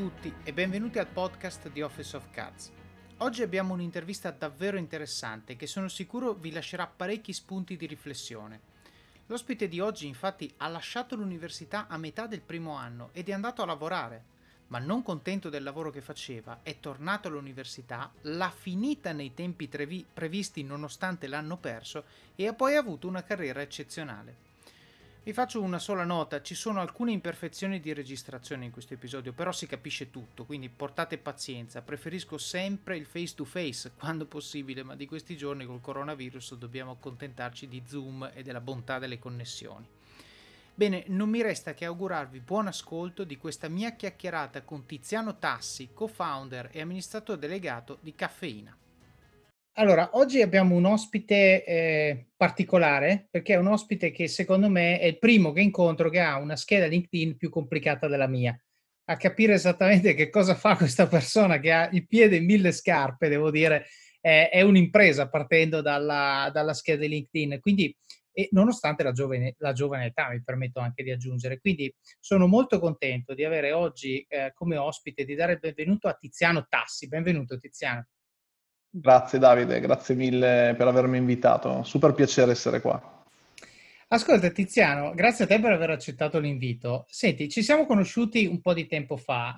tutti e benvenuti al podcast di Office of Cards. Oggi abbiamo un'intervista davvero interessante che sono sicuro vi lascerà parecchi spunti di riflessione. L'ospite di oggi infatti ha lasciato l'università a metà del primo anno ed è andato a lavorare, ma non contento del lavoro che faceva è tornato all'università, l'ha finita nei tempi previsti nonostante l'anno perso e ha poi avuto una carriera eccezionale. Vi faccio una sola nota, ci sono alcune imperfezioni di registrazione in questo episodio, però si capisce tutto, quindi portate pazienza. Preferisco sempre il face to face quando possibile, ma di questi giorni col coronavirus dobbiamo accontentarci di Zoom e della bontà delle connessioni. Bene, non mi resta che augurarvi buon ascolto di questa mia chiacchierata con Tiziano Tassi, co-founder e amministratore delegato di Caffeina. Allora, oggi abbiamo un ospite particolare, perché è un ospite che secondo me è il primo che incontro che ha una scheda LinkedIn più complicata della mia. A capire esattamente che cosa fa questa persona che ha il piede in 1000 scarpe, devo dire, è un'impresa partendo dalla scheda di LinkedIn. Quindi, e nonostante la giovane età, mi permetto anche di aggiungere. Quindi sono molto contento di avere oggi come ospite, di dare il benvenuto a Tiziano Tassi. Benvenuto Tiziano. Grazie Davide, grazie mille per avermi invitato. Super piacere essere qua. Ascolta Tiziano, grazie a te per aver accettato l'invito. Senti, ci siamo conosciuti un po' di tempo fa,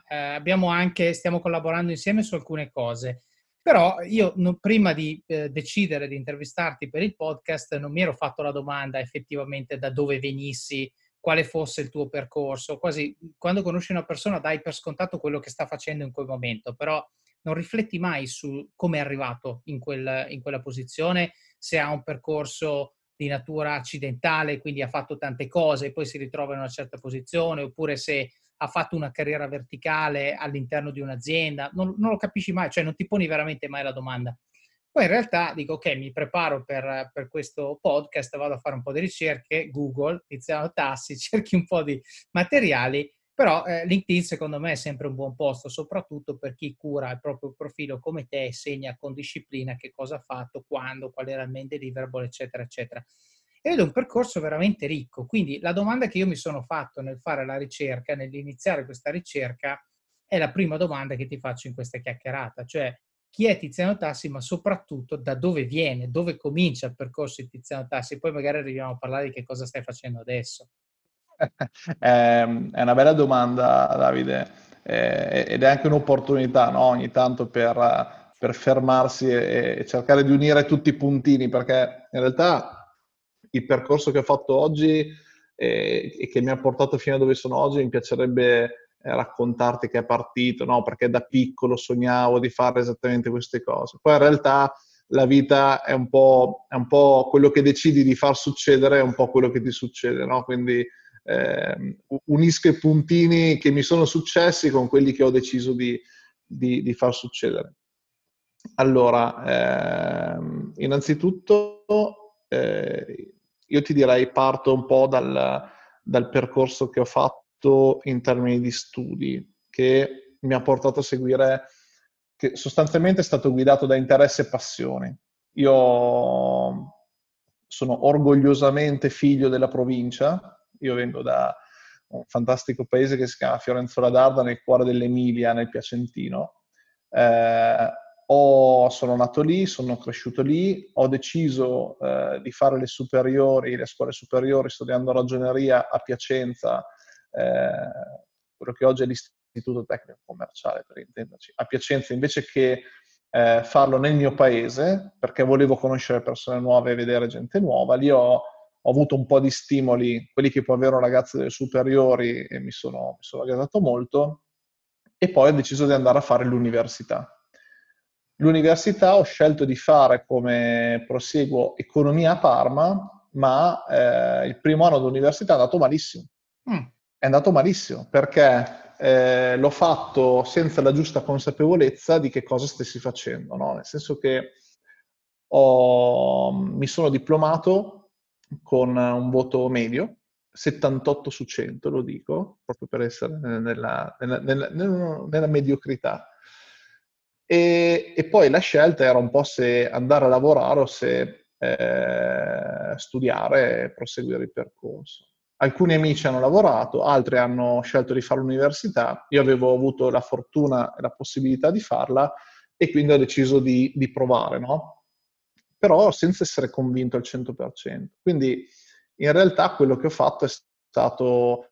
stiamo collaborando insieme su alcune cose, però io prima di decidere di intervistarti per il podcast non mi ero fatto la domanda effettivamente da dove venissi, quale fosse il tuo percorso. Quasi quando conosci una persona dai per scontato quello che sta facendo in quel momento, però non rifletti mai su come è arrivato in quella posizione, se ha un percorso di natura accidentale, quindi ha fatto tante cose e poi si ritrova in una certa posizione, oppure se ha fatto una carriera verticale all'interno di un'azienda, non lo capisci mai, cioè non ti poni veramente mai la domanda. Poi in realtà dico, ok, mi preparo per questo podcast, vado a fare un po' di ricerche, Google, Tiziano Tassi, cerchi un po' di materiali, però LinkedIn secondo me è sempre un buon posto, soprattutto per chi cura il proprio profilo come te e segna con disciplina che cosa ha fatto, quando, qual era il main deliverable, eccetera, eccetera. Ed è un percorso veramente ricco. Quindi la domanda che io mi sono fatto nel fare la ricerca, nell'iniziare questa ricerca, è la prima domanda che ti faccio in questa chiacchierata, cioè chi è Tiziano Tassi, ma soprattutto da dove viene, dove comincia il percorso di Tiziano Tassi. Poi magari arriviamo a parlare di che cosa stai facendo adesso. È una bella domanda, Davide, ed è anche un'opportunità, no? Ogni tanto per fermarsi e cercare di unire tutti i puntini, perché in realtà il percorso che ho fatto oggi e che mi ha portato fino a dove sono oggi, mi piacerebbe raccontarti che è partito, no? Perché da piccolo sognavo di fare esattamente queste cose. Poi in realtà la vita è un po' quello che decidi di far succedere, è un po' quello che ti succede, no? Quindi unisco i puntini che mi sono successi con quelli che ho deciso di far succedere. Allora, innanzitutto io ti direi parto un po' dal percorso che ho fatto in termini di studi, che mi ha portato a seguire, che sostanzialmente è stato guidato da interesse e passioni. Io sono orgogliosamente figlio della provincia, io vengo da un fantastico paese che si chiama Fiorenzuola d'Arda, nel cuore dell'Emilia, nel Piacentino. Sono nato lì, sono cresciuto lì, ho deciso di fare le superiori, le scuole superiori, studiando ragioneria a Piacenza, quello che oggi è l'Istituto Tecnico Commerciale, per intenderci, a Piacenza, invece che farlo nel mio paese, perché volevo conoscere persone nuove e vedere gente nuova. Lì ho avuto un po' di stimoli, quelli che può avere un ragazzo delle superiori, e mi sono agasato molto, e poi ho deciso di andare a fare l'università. L'università ho scelto di fare come proseguo economia a Parma, ma il primo anno dell'università è andato malissimo. È andato malissimo perché l'ho fatto senza la giusta consapevolezza di che cosa stessi facendo, no? Nel senso che mi sono diplomato con un voto medio, 78 su 100, lo dico, proprio per essere nella mediocrità. E poi la scelta era un po' se andare a lavorare o se studiare e proseguire il percorso. alcuni amici hanno lavorato, altri hanno scelto di fare l'università, io avevo avuto la fortuna e la possibilità di farla e quindi ho deciso di provare, no? Però senza essere convinto al 100%. Quindi in realtà quello che ho fatto è stato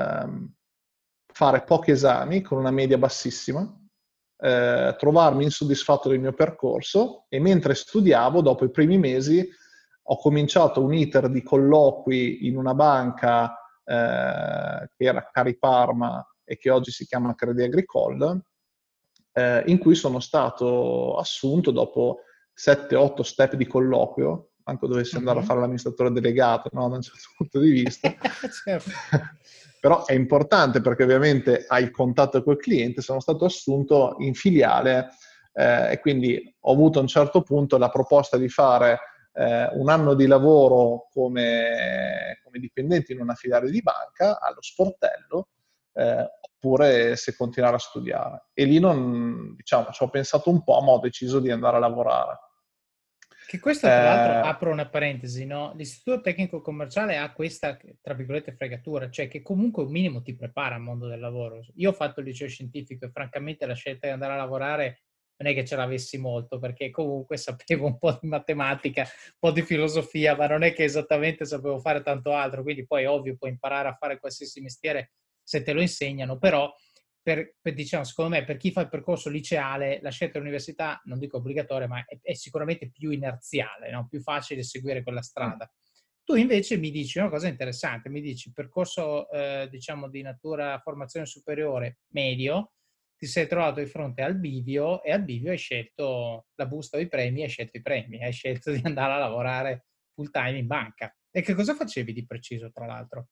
fare pochi esami con una media bassissima, trovarmi insoddisfatto del mio percorso e mentre studiavo, dopo i primi mesi, ho cominciato un iter di colloqui in una banca che era Cariparma e che oggi si chiama Crédit Agricole, in cui sono stato assunto dopo 7-8 step di colloquio, anche dovessi andare a fare l'amministratore delegato, no? Da un certo punto di vista. Certo. Però è importante perché ovviamente hai il contatto col cliente, sono stato assunto in filiale e quindi ho avuto a un certo punto la proposta di fare un anno di lavoro come dipendente in una filiale di banca allo sportello, oppure se continuare a studiare. E lì non, diciamo, ci ho pensato un po', ma ho deciso di andare a lavorare. Che questo, tra l'altro, apro una parentesi, no? L'istituto tecnico commerciale ha questa, tra virgolette, fregatura, cioè che comunque un minimo ti prepara al mondo del lavoro. Io ho fatto il liceo scientifico e francamente la scelta di andare a lavorare non è che ce l'avessi molto, perché comunque sapevo un po' di matematica, un po' di filosofia, ma non è che esattamente sapevo fare tanto altro, quindi poi ovvio puoi imparare a fare qualsiasi mestiere se te lo insegnano, però diciamo, secondo me, per chi fa il percorso liceale, la scelta dell'università, non dico obbligatoria, ma è sicuramente più inerziale, no? Più facile seguire quella strada. Tu invece mi dici una cosa interessante, mi dici percorso, diciamo, di natura formazione superiore medio, ti sei trovato di fronte al bivio e al bivio hai scelto la busta dei premi, hai scelto i premi, hai scelto di andare a lavorare full time in banca. E che cosa facevi di preciso, tra l'altro?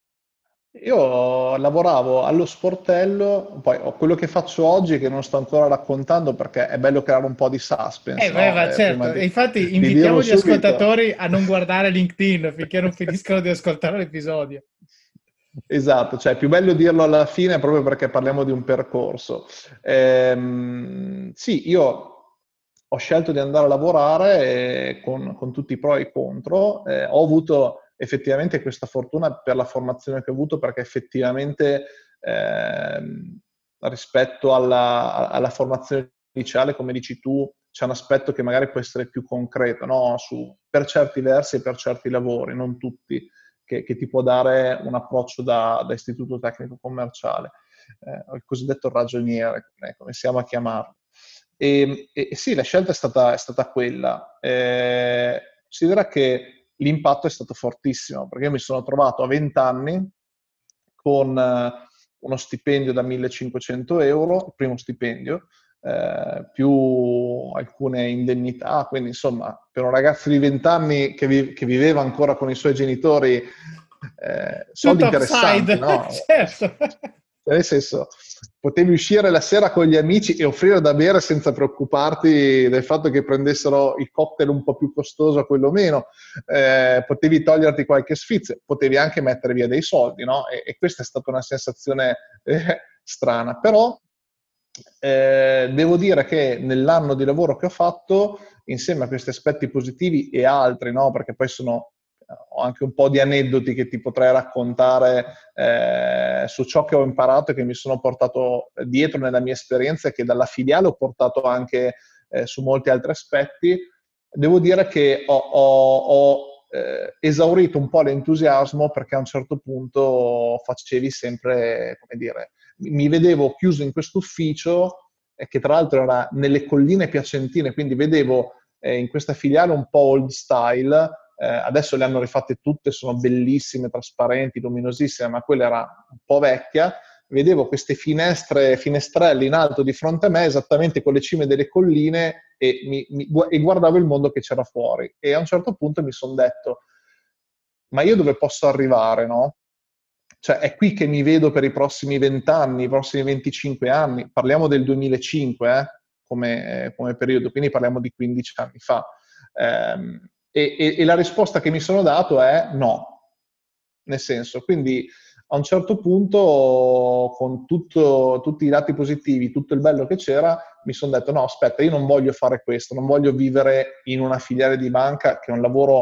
Io lavoravo allo sportello, poi quello che faccio oggi che non sto ancora raccontando perché è bello creare un po' di suspense, Beh, no? ma Prima certo, e infatti di dirlo invitiamo gli subito. ascoltatori a non guardare LinkedIn finché non finiscono di ascoltare l'episodio. Esatto, cioè è più bello dirlo alla fine proprio perché parliamo di un percorso. Sì, io ho scelto di andare a lavorare con tutti i pro e i contro. Ho avuto effettivamente questa fortuna per la formazione che ho avuto perché effettivamente rispetto alla formazione iniziale, come dici tu, c'è un aspetto che magari può essere più concreto, no? Per certi versi e per certi lavori, non tutti che ti può dare un approccio da istituto tecnico commerciale, il cosiddetto ragioniere, come siamo a chiamarlo. E sì, la scelta è stata quella. Considera che l'impatto è stato fortissimo, perché io mi sono trovato a 20 anni con uno stipendio da 1.500 euro, il primo stipendio, più alcune indennità, quindi insomma per un ragazzo di 20 anni che viveva ancora con i suoi genitori, soldi Tutto interessanti, upside, no? certo. Cioè, nel senso, potevi uscire la sera con gli amici e offrire da bere senza preoccuparti del fatto che prendessero il cocktail un po' più costoso a quello meno, potevi toglierti qualche sfizio, potevi anche mettere via dei soldi, no? E questa è stata una sensazione strana, però devo dire che nell'anno di lavoro che ho fatto, insieme a questi aspetti positivi e altri, no? Perché poi ho anche un po' di aneddoti che ti potrei raccontare su ciò che ho imparato e che mi sono portato dietro nella mia esperienza e che dalla filiale ho portato anche su molti altri aspetti. Devo dire che ho esaurito un po' l'entusiasmo perché a un certo punto facevi sempre, come dire, mi vedevo chiuso in questo ufficio che tra l'altro era nelle colline piacentine, quindi vedevo in questa filiale un po' old style, adesso le hanno rifatte tutte, sono bellissime, trasparenti, luminosissime, ma quella era un po' vecchia. Vedevo queste finestrelle in alto di fronte a me, esattamente con le cime delle colline, e guardavo il mondo che c'era fuori. E a un certo punto mi sono detto, ma io dove posso arrivare, no? Cioè è qui che mi vedo per i prossimi 20 anni, i prossimi 25 anni, parliamo del 2005 come periodo, quindi parliamo di 15 anni fa. E la risposta che mi sono dato è no, nel senso, quindi a un certo punto, con tutti i lati positivi, tutto il bello che c'era, mi sono detto no, aspetta, io non voglio fare questo, non voglio vivere in una filiale di banca che è un lavoro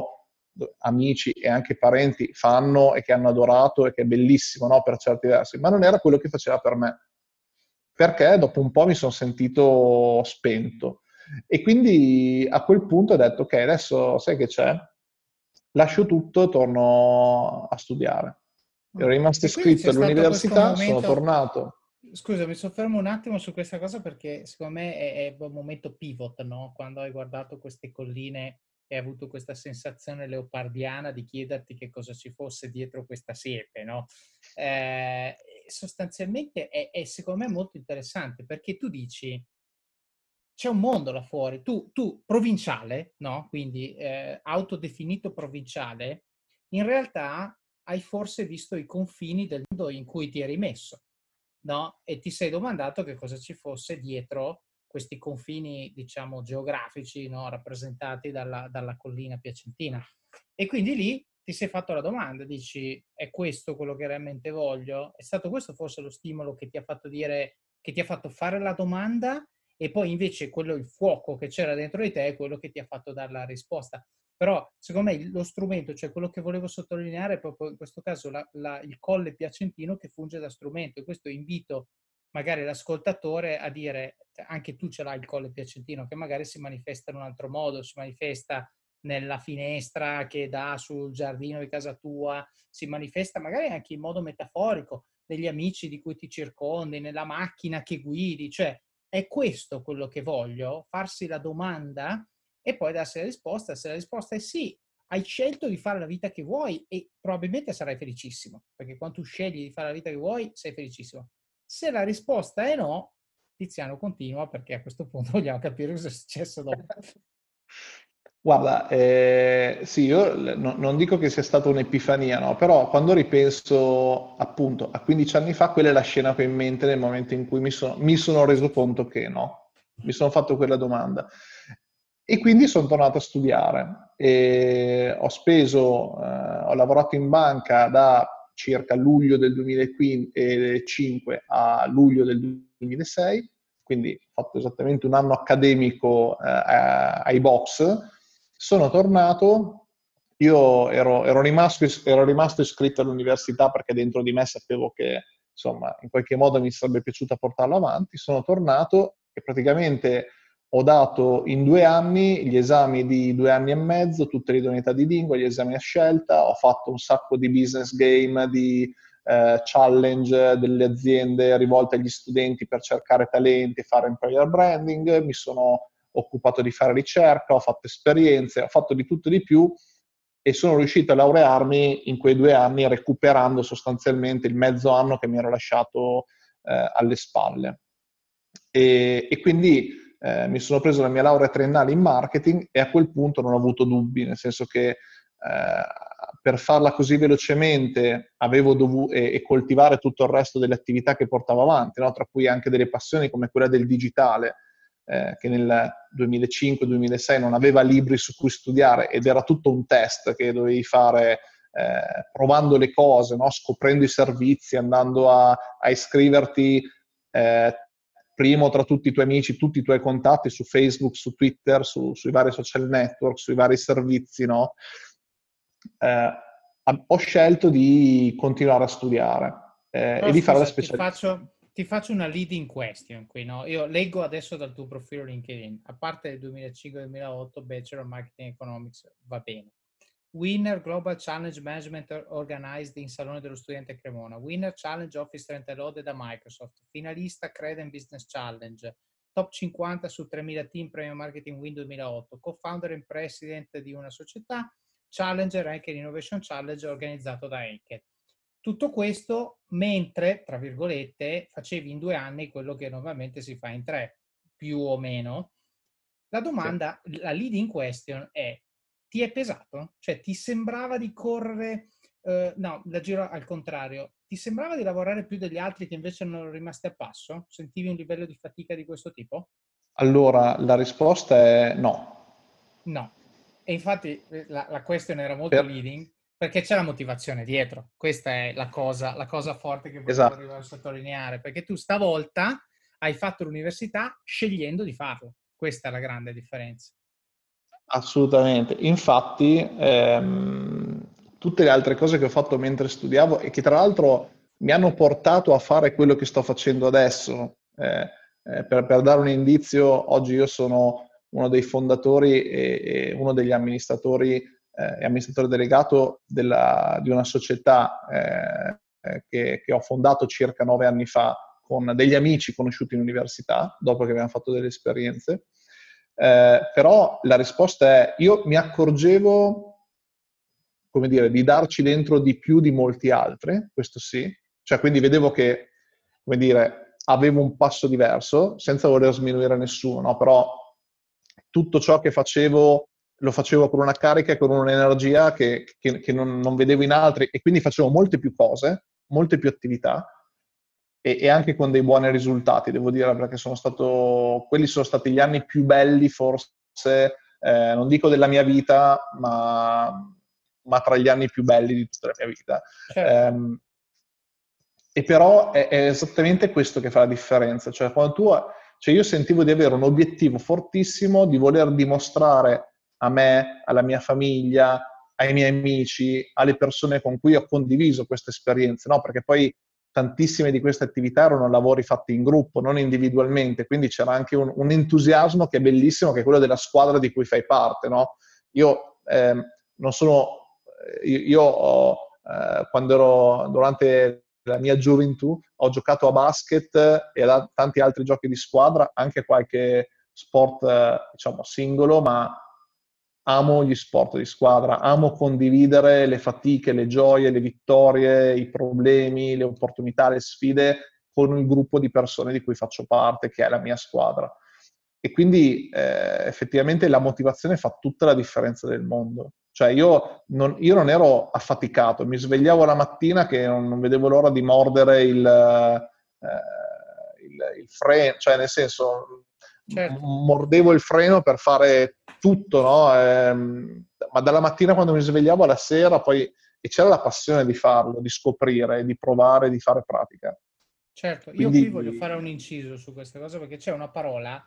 amici e anche parenti fanno e che hanno adorato e che è bellissimo, no, per certi versi, ma non era quello che faceva per me, perché dopo un po' mi sono sentito spento. E quindi a quel punto ho detto, ok, adesso sai che c'è? Lascio tutto e torno a studiare. Ero rimasto E quindi iscritto c'è stato questo all'università, sono momento, tornato. scusa, mi soffermo un attimo su questa cosa perché secondo me è un momento pivot, no? Quando hai guardato queste colline e hai avuto questa sensazione leopardiana di chiederti che cosa ci fosse dietro questa siepe, no? Eh, sostanzialmente è secondo me molto interessante perché tu dici c'è un mondo là fuori, tu provinciale, no? Quindi autodefinito provinciale, in realtà hai forse visto i confini del mondo in cui ti eri messo, no? E ti sei domandato che cosa ci fosse dietro questi confini, diciamo, geografici, no? Rappresentati dalla collina piacentina. E quindi lì ti sei fatto la domanda, dici, è questo quello che realmente voglio? È stato questo forse lo stimolo che ti ha fatto dire, che ti ha fatto fare la domanda e poi invece quello, il fuoco che c'era dentro di te è quello che ti ha fatto dare la risposta. Però secondo me lo strumento, cioè quello che volevo sottolineare è proprio in questo caso il colle piacentino che funge da strumento, e questo invito magari l'ascoltatore a dire, anche tu ce l'hai il colle piacentino, che magari si manifesta in un altro modo, si manifesta nella finestra che dà sul giardino di casa tua, si manifesta magari anche in modo metaforico, negli amici di cui ti circondi, nella macchina che guidi, cioè è questo quello che voglio? Farsi la domanda e poi darsi la risposta. Se la risposta è sì, hai scelto di fare la vita che vuoi e probabilmente sarai felicissimo, perché quando tu scegli di fare la vita che vuoi, sei felicissimo. Se la risposta è no, Tiziano continua perché a questo punto vogliamo capire cosa è successo dopo. Guarda, sì, io non dico che sia stata un'epifania, no? Però quando ripenso appunto a 15 anni fa, quella è la scena che ho in mente nel momento in cui mi sono reso conto che no, mi sono fatto quella domanda. E quindi sono tornato a studiare e ho lavorato in banca da circa luglio del 2005 a luglio del 2006, quindi ho fatto esattamente un anno accademico ai Box. Sono tornato, io ero rimasto iscritto all'università perché dentro di me sapevo che insomma in qualche modo mi sarebbe piaciuto portarlo avanti. Sono tornato e praticamente ho dato in 2 anni gli esami di 2 anni e mezzo, tutte le idoneità di lingua, gli esami a scelta, ho fatto un sacco di business game, di challenge delle aziende rivolte agli studenti per cercare talenti e fare employer branding, mi sono occupato di fare ricerca, ho fatto esperienze, ho fatto di tutto e di più e sono riuscito a laurearmi in quei 2 anni recuperando sostanzialmente il mezzo anno che mi ero lasciato alle spalle. E quindi mi sono preso la mia laurea triennale in marketing e a quel punto non ho avuto dubbi, nel senso che per farla così velocemente avevo dovuto e coltivare tutto il resto delle attività che portavo avanti, no? Tra cui anche delle passioni come quella del digitale, che nel 2005-2006 non aveva libri su cui studiare ed era tutto un test che dovevi fare provando le cose, no? Scoprendo i servizi, andando a iscriverti eh, primo tra tutti i tuoi amici, tutti i tuoi contatti su Facebook, su Twitter, sui vari social network, sui vari servizi, no? Ho scelto di continuare a studiare e Però di fare la scusa, specialistica. ti faccio una leading question qui, no? Io leggo adesso dal tuo profilo LinkedIn, a parte il 2005-2008, Bachelor Marketing Economics, va bene. Winner Global Challenge Management Organized in Salone dello Studente a Cremona, Winner Challenge Office 30 Lode da Microsoft, finalista Credent Business Challenge, top 50 su 3000 team Premium Marketing Win 2008, co-founder e president di una società, Challenger anche l'Innovation Challenge organizzato da Enkel. Tutto questo mentre, tra virgolette, facevi in 2 anni quello che normalmente si fa in 3, più o meno. La Sì. domanda, la leading question è: ti è pesato? Cioè ti sembrava di correre, no, la giro al contrario, ti sembrava di lavorare più degli altri che invece non erano rimasti a passo? Sentivi un livello di fatica di questo tipo? Allora, la risposta è no. No. E infatti la question era molto Per- leading perché c'è la motivazione dietro. Questa è la cosa forte che volevo esatto. arrivare a sottolineare, perché tu stavolta hai fatto l'università scegliendo di farlo. Questa è la grande differenza. Assolutamente. Infatti, tutte le altre cose che ho fatto mentre studiavo e che tra l'altro mi hanno portato a fare quello che sto facendo adesso. Per dare un indizio, oggi io sono uno dei fondatori e uno degli amministratori e amministratore delegato di una società che ho fondato circa 9 anni fa con degli amici conosciuti in università, dopo che abbiamo fatto delle esperienze. Però la risposta è, io mi accorgevo, come dire, di darci dentro di più di molti altri, questo sì, cioè quindi vedevo che, come dire, avevo un passo diverso, senza voler sminuire nessuno, no? Però tutto ciò che facevo lo facevo con una carica e con un'energia che non vedevo in altri e quindi facevo molte più cose, molte più attività e anche con dei buoni risultati, devo dire, perché quelli sono stati gli anni più belli forse, non dico della mia vita, ma tra gli anni più belli di tutta la mia vita. Certo. E però è esattamente questo che fa la differenza, cioè io sentivo di avere un obiettivo fortissimo di voler dimostrare a me, alla mia famiglia, ai miei amici, alle persone con cui ho condiviso queste esperienze, no? Perché poi tantissime di queste attività erano lavori fatti in gruppo, non individualmente, quindi c'era anche un entusiasmo che è bellissimo, che è quello della squadra di cui fai parte, no? Io non sono, io ho, quando ero durante la mia gioventù, ho giocato a basket e a tanti altri giochi di squadra, anche qualche sport, diciamo, singolo, ma amo gli sport di squadra, amo condividere le fatiche, le gioie, le vittorie, i problemi, le opportunità, le sfide con il gruppo di persone di cui faccio parte, che è la mia squadra. E quindi effettivamente la motivazione fa tutta la differenza del mondo. Cioè io non ero affaticato, mi svegliavo la mattina che non vedevo l'ora di mordere il freno, cioè nel senso Certo. mordevo il freno per fare tutto, no? Ma dalla mattina quando mi svegliavo alla sera poi e c'era la passione di farlo, di scoprire, di provare, di fare pratica. Certo, io qui voglio fare un Quindi inciso su questa cosa perché c'è una parola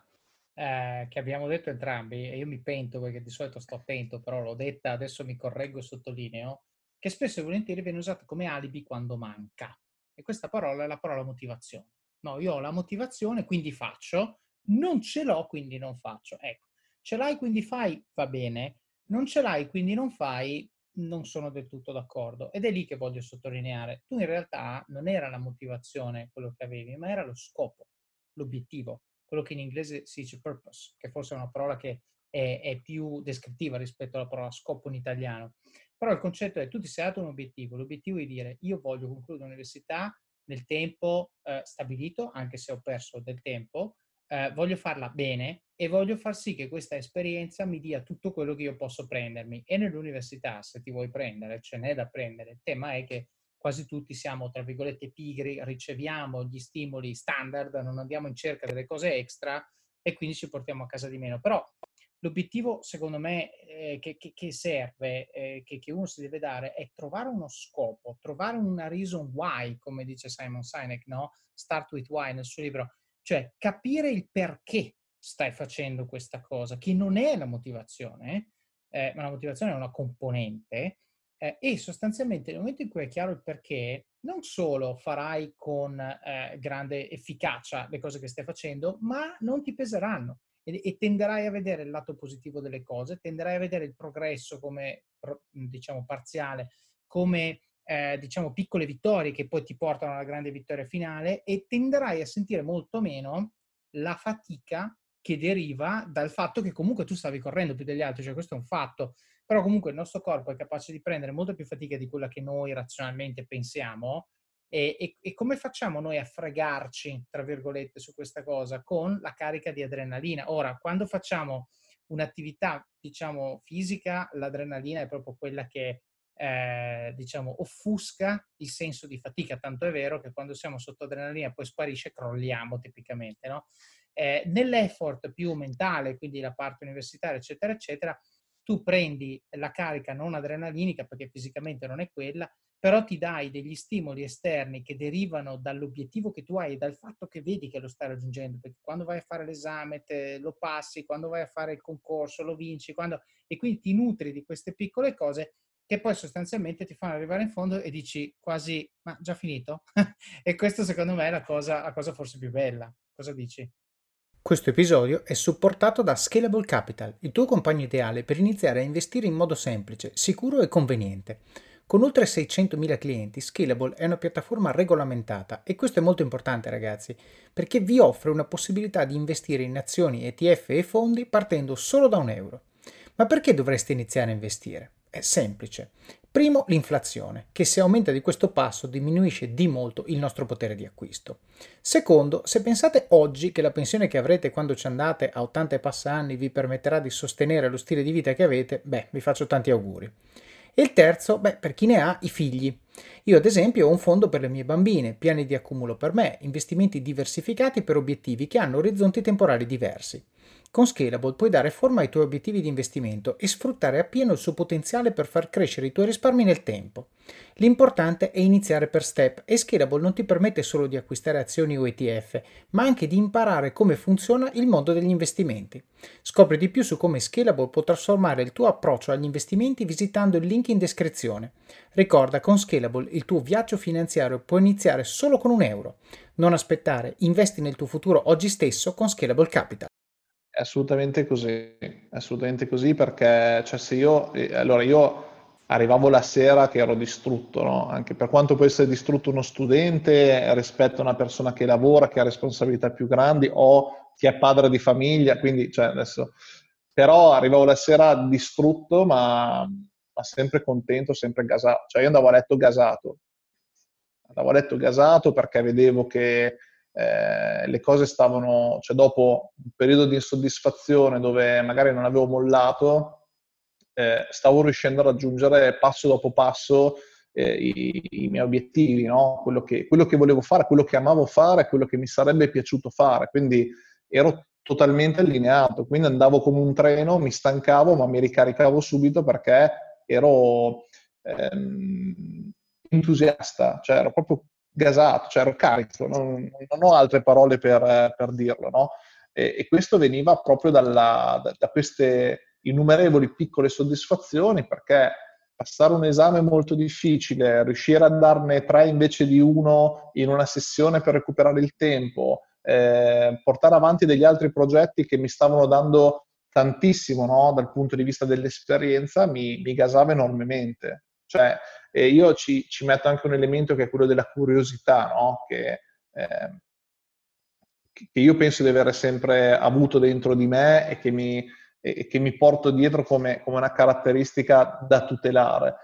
che abbiamo detto entrambi e io mi pento perché di solito sto attento, però l'ho detta, adesso mi correggo e sottolineo, che spesso e volentieri viene usata come alibi quando manca. E questa parola è la parola motivazione. No, io ho la motivazione, quindi faccio, non ce l'ho, quindi non faccio. Ecco, ce l'hai, quindi fai, va bene, non ce l'hai, quindi non fai, non sono del tutto d'accordo. Ed è lì che voglio sottolineare. Tu in realtà non era la motivazione quello che avevi, ma era lo scopo, l'obiettivo, quello che in inglese si dice purpose, che forse è una parola che è più descrittiva rispetto alla parola scopo in italiano. Però il concetto è tu ti sei dato un obiettivo, l'obiettivo è dire io voglio concludere l'università nel tempo stabilito, anche se ho perso del tempo, voglio farla bene e voglio far sì che questa esperienza mi dia tutto quello che io posso prendermi. E nell'università, se ti vuoi prendere, ce n'è da prendere. Il tema è che quasi tutti siamo, tra virgolette, pigri, riceviamo gli stimoli standard, non andiamo in cerca delle cose extra e quindi ci portiamo a casa di meno. Però l'obiettivo, secondo me, che serve, che uno si deve dare, è trovare uno scopo, trovare una reason why, come dice Simon Sinek, no? Start with why nel suo libro, cioè capire il perché stai facendo questa cosa, che non è la motivazione, ma la motivazione è una componente, e sostanzialmente nel momento in cui è chiaro il perché, non solo farai con grande efficacia le cose che stai facendo, ma non ti peseranno e tenderai a vedere il lato positivo delle cose, tenderai a vedere il progresso come, diciamo, parziale, come diciamo piccole vittorie che poi ti portano alla grande vittoria finale e tenderai a sentire molto meno la fatica che deriva dal fatto che comunque tu stavi correndo più degli altri, cioè questo è un fatto, però comunque il nostro corpo è capace di prendere molta più fatica di quella che noi razionalmente pensiamo e come facciamo noi a fregarci, tra virgolette, su questa cosa? Con la carica di adrenalina. Ora, quando facciamo un'attività, diciamo, fisica, l'adrenalina è proprio quella che diciamo, offusca il senso di fatica, tanto è vero che quando siamo sotto adrenalina poi sparisce, crolliamo tipicamente, no? Nell'effort più mentale, quindi la parte universitaria, eccetera, eccetera, tu prendi la carica non adrenalinica, perché fisicamente non è quella, però ti dai degli stimoli esterni che derivano dall'obiettivo che tu hai e dal fatto che vedi che lo stai raggiungendo, perché quando vai a fare l'esame lo passi, quando vai a fare il concorso lo vinci, e quindi ti nutri di queste piccole cose che poi sostanzialmente ti fanno arrivare in fondo e dici quasi, ma già finito? E questo secondo me è la cosa forse più bella. Cosa dici? Questo episodio è supportato da Scalable Capital, il tuo compagno ideale per iniziare a investire in modo semplice, sicuro e conveniente. Con oltre 600.000 clienti, Scalable è una piattaforma regolamentata e questo è molto importante ragazzi, perché vi offre una possibilità di investire in azioni, ETF e fondi partendo solo da €1. Ma perché dovreste iniziare a investire? È semplice. Primo, l'inflazione, che se aumenta di questo passo diminuisce di molto il nostro potere di acquisto. Secondo, se pensate oggi che la pensione che avrete quando ci andate a 80 e passa anni vi permetterà di sostenere lo stile di vita che avete, vi faccio tanti auguri. E il terzo, per chi ne ha, i figli. Io ad esempio ho un fondo per le mie bambine, piani di accumulo per me, investimenti diversificati per obiettivi che hanno orizzonti temporali diversi. Con Scalable puoi dare forma ai tuoi obiettivi di investimento e sfruttare appieno il suo potenziale per far crescere i tuoi risparmi nel tempo. L'importante è iniziare per step e Scalable non ti permette solo di acquistare azioni o ETF, ma anche di imparare come funziona il mondo degli investimenti. Scopri di più su come Scalable può trasformare il tuo approccio agli investimenti visitando il link in descrizione. Ricorda, con Scalable il tuo viaggio finanziario può iniziare solo con €1. Non aspettare, investi nel tuo futuro oggi stesso con Scalable Capital. È assolutamente così perché cioè, se io, allora io arrivavo la sera che ero distrutto, no? Anche per quanto può essere distrutto uno studente rispetto a una persona che lavora, che ha responsabilità più grandi o chi è padre di famiglia, quindi cioè, adesso, però arrivavo la sera distrutto ma sempre contento, sempre gasato, cioè io andavo a letto gasato perché vedevo che le cose stavano, cioè dopo un periodo di insoddisfazione dove magari non avevo mollato, stavo riuscendo a raggiungere passo dopo passo i miei obiettivi, no? Quello che volevo fare, quello che amavo fare, quello che mi sarebbe piaciuto fare, quindi ero totalmente allineato, quindi andavo come un treno, mi stancavo ma mi ricaricavo subito perché ero entusiasta, cioè ero proprio gasato, cioè ero carico, non ho altre parole per dirlo, no? E questo veniva proprio da queste innumerevoli piccole soddisfazioni, perché passare un esame molto difficile, riuscire a darne 3 invece di uno in una sessione per recuperare il tempo, portare avanti degli altri progetti che mi stavano dando tantissimo, no? Dal punto di vista dell'esperienza, mi gasava enormemente. Cioè, io ci metto anche un elemento che è quello della curiosità, no? Eh, che io penso di avere sempre avuto dentro di me e che mi porto dietro come una caratteristica da tutelare.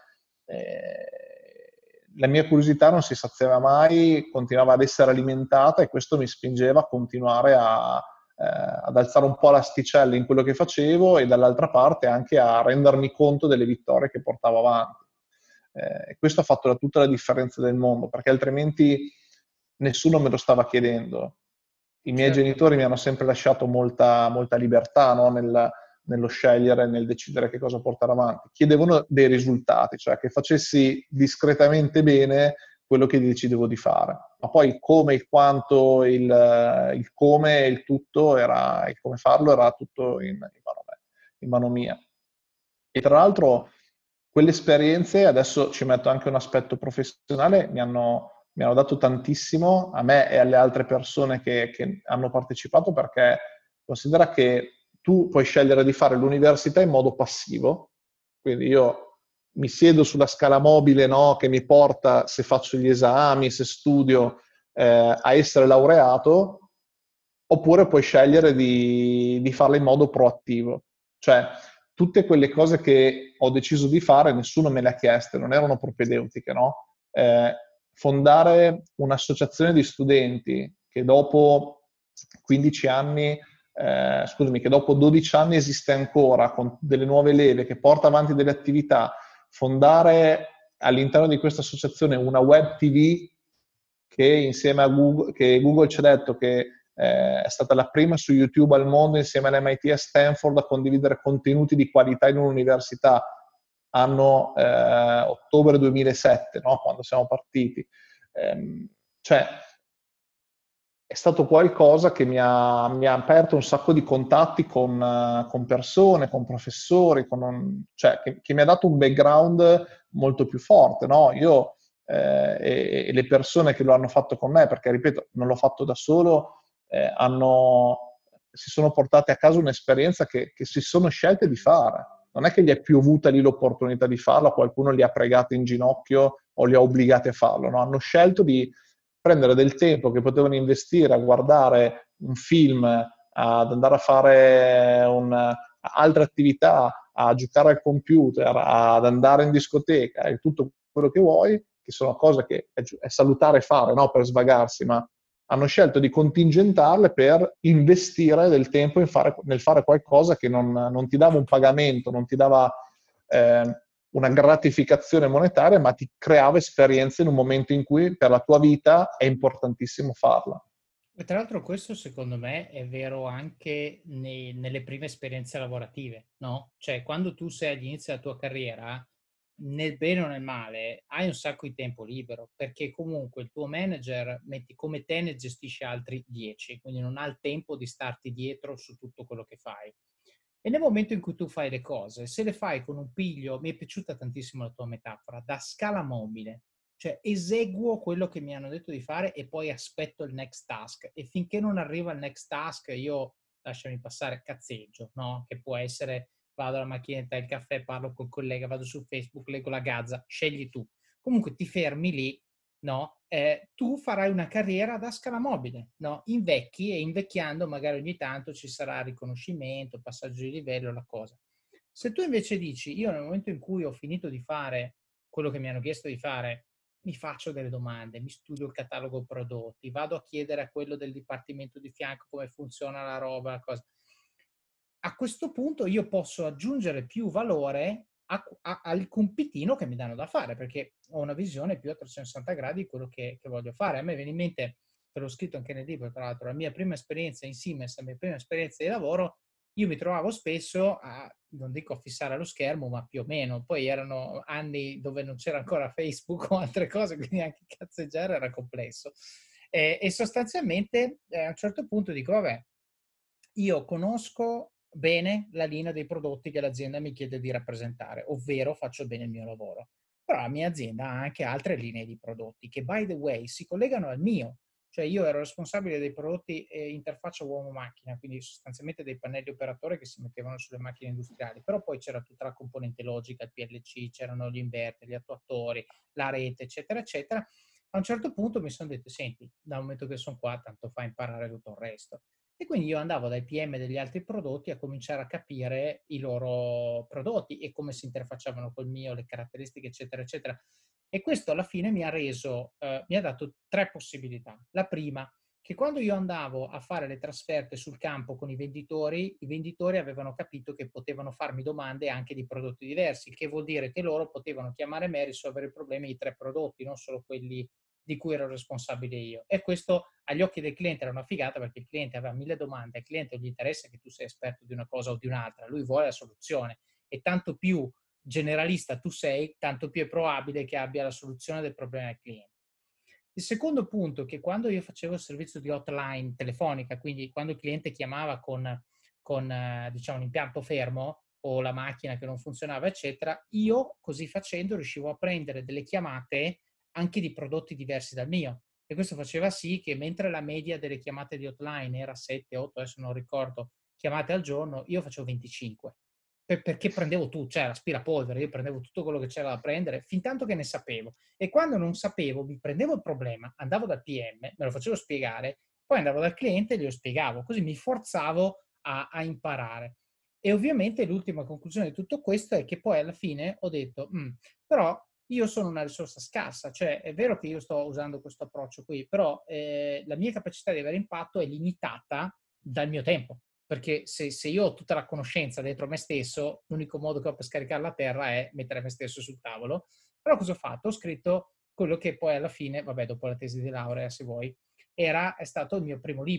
La mia curiosità non si saziava mai, continuava ad essere alimentata e questo mi spingeva a continuare ad alzare un po' l'asticella in quello che facevo e dall'altra parte anche a rendermi conto delle vittorie che portavo avanti. E questo ha fatto tutta la differenza del mondo, perché altrimenti nessuno me lo stava chiedendo. I miei genitori mi hanno sempre lasciato molta libertà, no? Nello scegliere, nel decidere che cosa portare avanti. Chiedevano dei risultati, cioè che facessi discretamente bene quello che decidevo di fare. Ma poi il come, il quanto, il come, il tutto, il come farlo era tutto in mano mia. E tra l'altro quelle esperienze, adesso ci metto anche un aspetto professionale, mi hanno dato tantissimo a me e alle altre persone che hanno partecipato, perché considera che tu puoi scegliere di fare l'università in modo passivo, quindi io mi siedo sulla scala mobile, no, che mi porta, se faccio gli esami, se studio, a essere laureato, oppure puoi scegliere di farla in modo proattivo. Cioè, tutte quelle cose che ho deciso di fare, nessuno me le ha chieste, non erano propedeutiche, no? Fondare un'associazione di studenti che dopo 15 anni, scusami, che dopo 12 anni esiste ancora con delle nuove leve, che porta avanti delle attività, fondare all'interno di questa associazione una web TV che insieme a Google, che Google ci ha detto che è stata la prima su YouTube al mondo insieme all'MIT e Stanford a condividere contenuti di qualità in un'università, anno ottobre 2007, no? Quando siamo partiti. Cioè, è stato qualcosa che mi ha aperto un sacco di contatti con persone, con professori, cioè, che mi ha dato un background molto più forte, no? Io e le persone che lo hanno fatto con me, perché ripeto, non l'ho fatto da solo, si sono portate a casa un'esperienza che si sono scelte di fare. Non è che gli è piovuta lì l'opportunità di farla, qualcuno li ha pregati in ginocchio o li ha obbligati a farlo, no? Hanno scelto di prendere del tempo che potevano investire a guardare un film, ad andare a fare altre attività, a giocare al computer, ad andare in discoteca e tutto quello che vuoi, che sono cose che è salutare fare, no? Per svagarsi, ma hanno scelto di contingentarle per investire del tempo nel fare qualcosa che non ti dava un pagamento, non ti dava una gratificazione monetaria, ma ti creava esperienze in un momento in cui per la tua vita è importantissimo farla. E tra l'altro questo secondo me è vero anche nelle prime esperienze lavorative, no? Cioè quando tu sei all'inizio della tua carriera, nel bene o nel male, hai un sacco di tempo libero, perché comunque il tuo manager, metti come te, ne gestisce altri 10, quindi non ha il tempo di starti dietro su tutto quello che fai. E nel momento in cui tu fai le cose, se le fai con un piglio, mi è piaciuta tantissimo la tua metafora, da scala mobile, cioè eseguo quello che mi hanno detto di fare e poi aspetto il next task, e finché non arriva il next task io, lasciami passare, cazzeggio, no? Che può essere vado alla macchinetta del caffè, parlo col collega, vado su Facebook, leggo la Gazza, scegli tu. Comunque ti fermi lì, no? Tu farai una carriera da scala mobile, no? Invecchi, e invecchiando magari ogni tanto ci sarà riconoscimento, passaggio di livello, la cosa. Se tu invece dici, io nel momento in cui ho finito di fare quello che mi hanno chiesto di fare, mi faccio delle domande, mi studio il catalogo prodotti, vado a chiedere a quello del dipartimento di fianco come funziona la roba, la cosa. A questo punto io posso aggiungere più valore al compitino che mi danno da fare, perché ho una visione più a 360 gradi di quello che voglio fare. A me viene in mente, te l'ho scritto anche nel libro, tra l'altro, la mia prima esperienza in Siemens, la mia prima esperienza di lavoro, io mi trovavo spesso non dico a fissare allo schermo, ma più o meno. Poi erano anni dove non c'era ancora Facebook o altre cose, quindi anche cazzeggiare era complesso. E sostanzialmente a un certo punto dico, vabbè, io conosco bene la linea dei prodotti che l'azienda mi chiede di rappresentare, ovvero faccio bene il mio lavoro. Però la mia azienda ha anche altre linee di prodotti che, by the way, si collegano al mio. Cioè io ero responsabile dei prodotti interfaccia uomo-macchina, quindi sostanzialmente dei pannelli operatore che si mettevano sulle macchine industriali, però poi c'era tutta la componente logica, il PLC, c'erano gli inverter, gli attuatori, la rete, eccetera, eccetera. A un certo punto mi sono detto, senti, dal momento che sono qua, tanto fa imparare tutto il resto. E quindi io andavo dai PM degli altri prodotti a cominciare a capire i loro prodotti e come si interfacciavano col mio, le caratteristiche, eccetera, eccetera. E questo alla fine mi ha dato tre possibilità. La prima, che quando io andavo a fare le trasferte sul campo con i venditori avevano capito che potevano farmi domande anche di prodotti diversi, che vuol dire che loro potevano chiamare me e risolvere i problemi di tre prodotti, non solo quelli di cui ero responsabile io. E questo agli occhi del cliente era una figata, perché il cliente aveva 1000 domande, al cliente non gli interessa che tu sei esperto di una cosa o di un'altra, lui vuole la soluzione, e tanto più generalista tu sei, tanto più è probabile che abbia la soluzione del problema del cliente. Il secondo punto è che quando io facevo il servizio di hotline telefonica, quindi quando il cliente chiamava con diciamo, un impianto fermo o la macchina che non funzionava, eccetera, io così facendo riuscivo a prendere delle chiamate anche di prodotti diversi dal mio. E questo faceva sì che mentre la media delle chiamate di hotline era 7, 8, adesso non ricordo, chiamate al giorno, io facevo 25. Perché prendevo tutto, cioè l'aspirapolvere, io prendevo tutto quello che c'era da prendere, fin tanto che ne sapevo. E quando non sapevo, mi prendevo il problema, andavo dal PM, me lo facevo spiegare, poi andavo dal cliente e glielo spiegavo, così mi forzavo a imparare. E ovviamente l'ultima conclusione di tutto questo è che poi alla fine ho detto, però io sono una risorsa scarsa, cioè è vero che io sto usando questo approccio qui, però la mia capacità di avere impatto è limitata dal mio tempo, perché se io ho tutta la conoscenza dentro me stesso, l'unico modo che ho per scaricarla a terra è mettere me stesso sul tavolo. Però cosa ho fatto? Ho scritto quello che poi alla fine, vabbè, dopo la tesi di laurea, se vuoi, è stato il mio primo libro,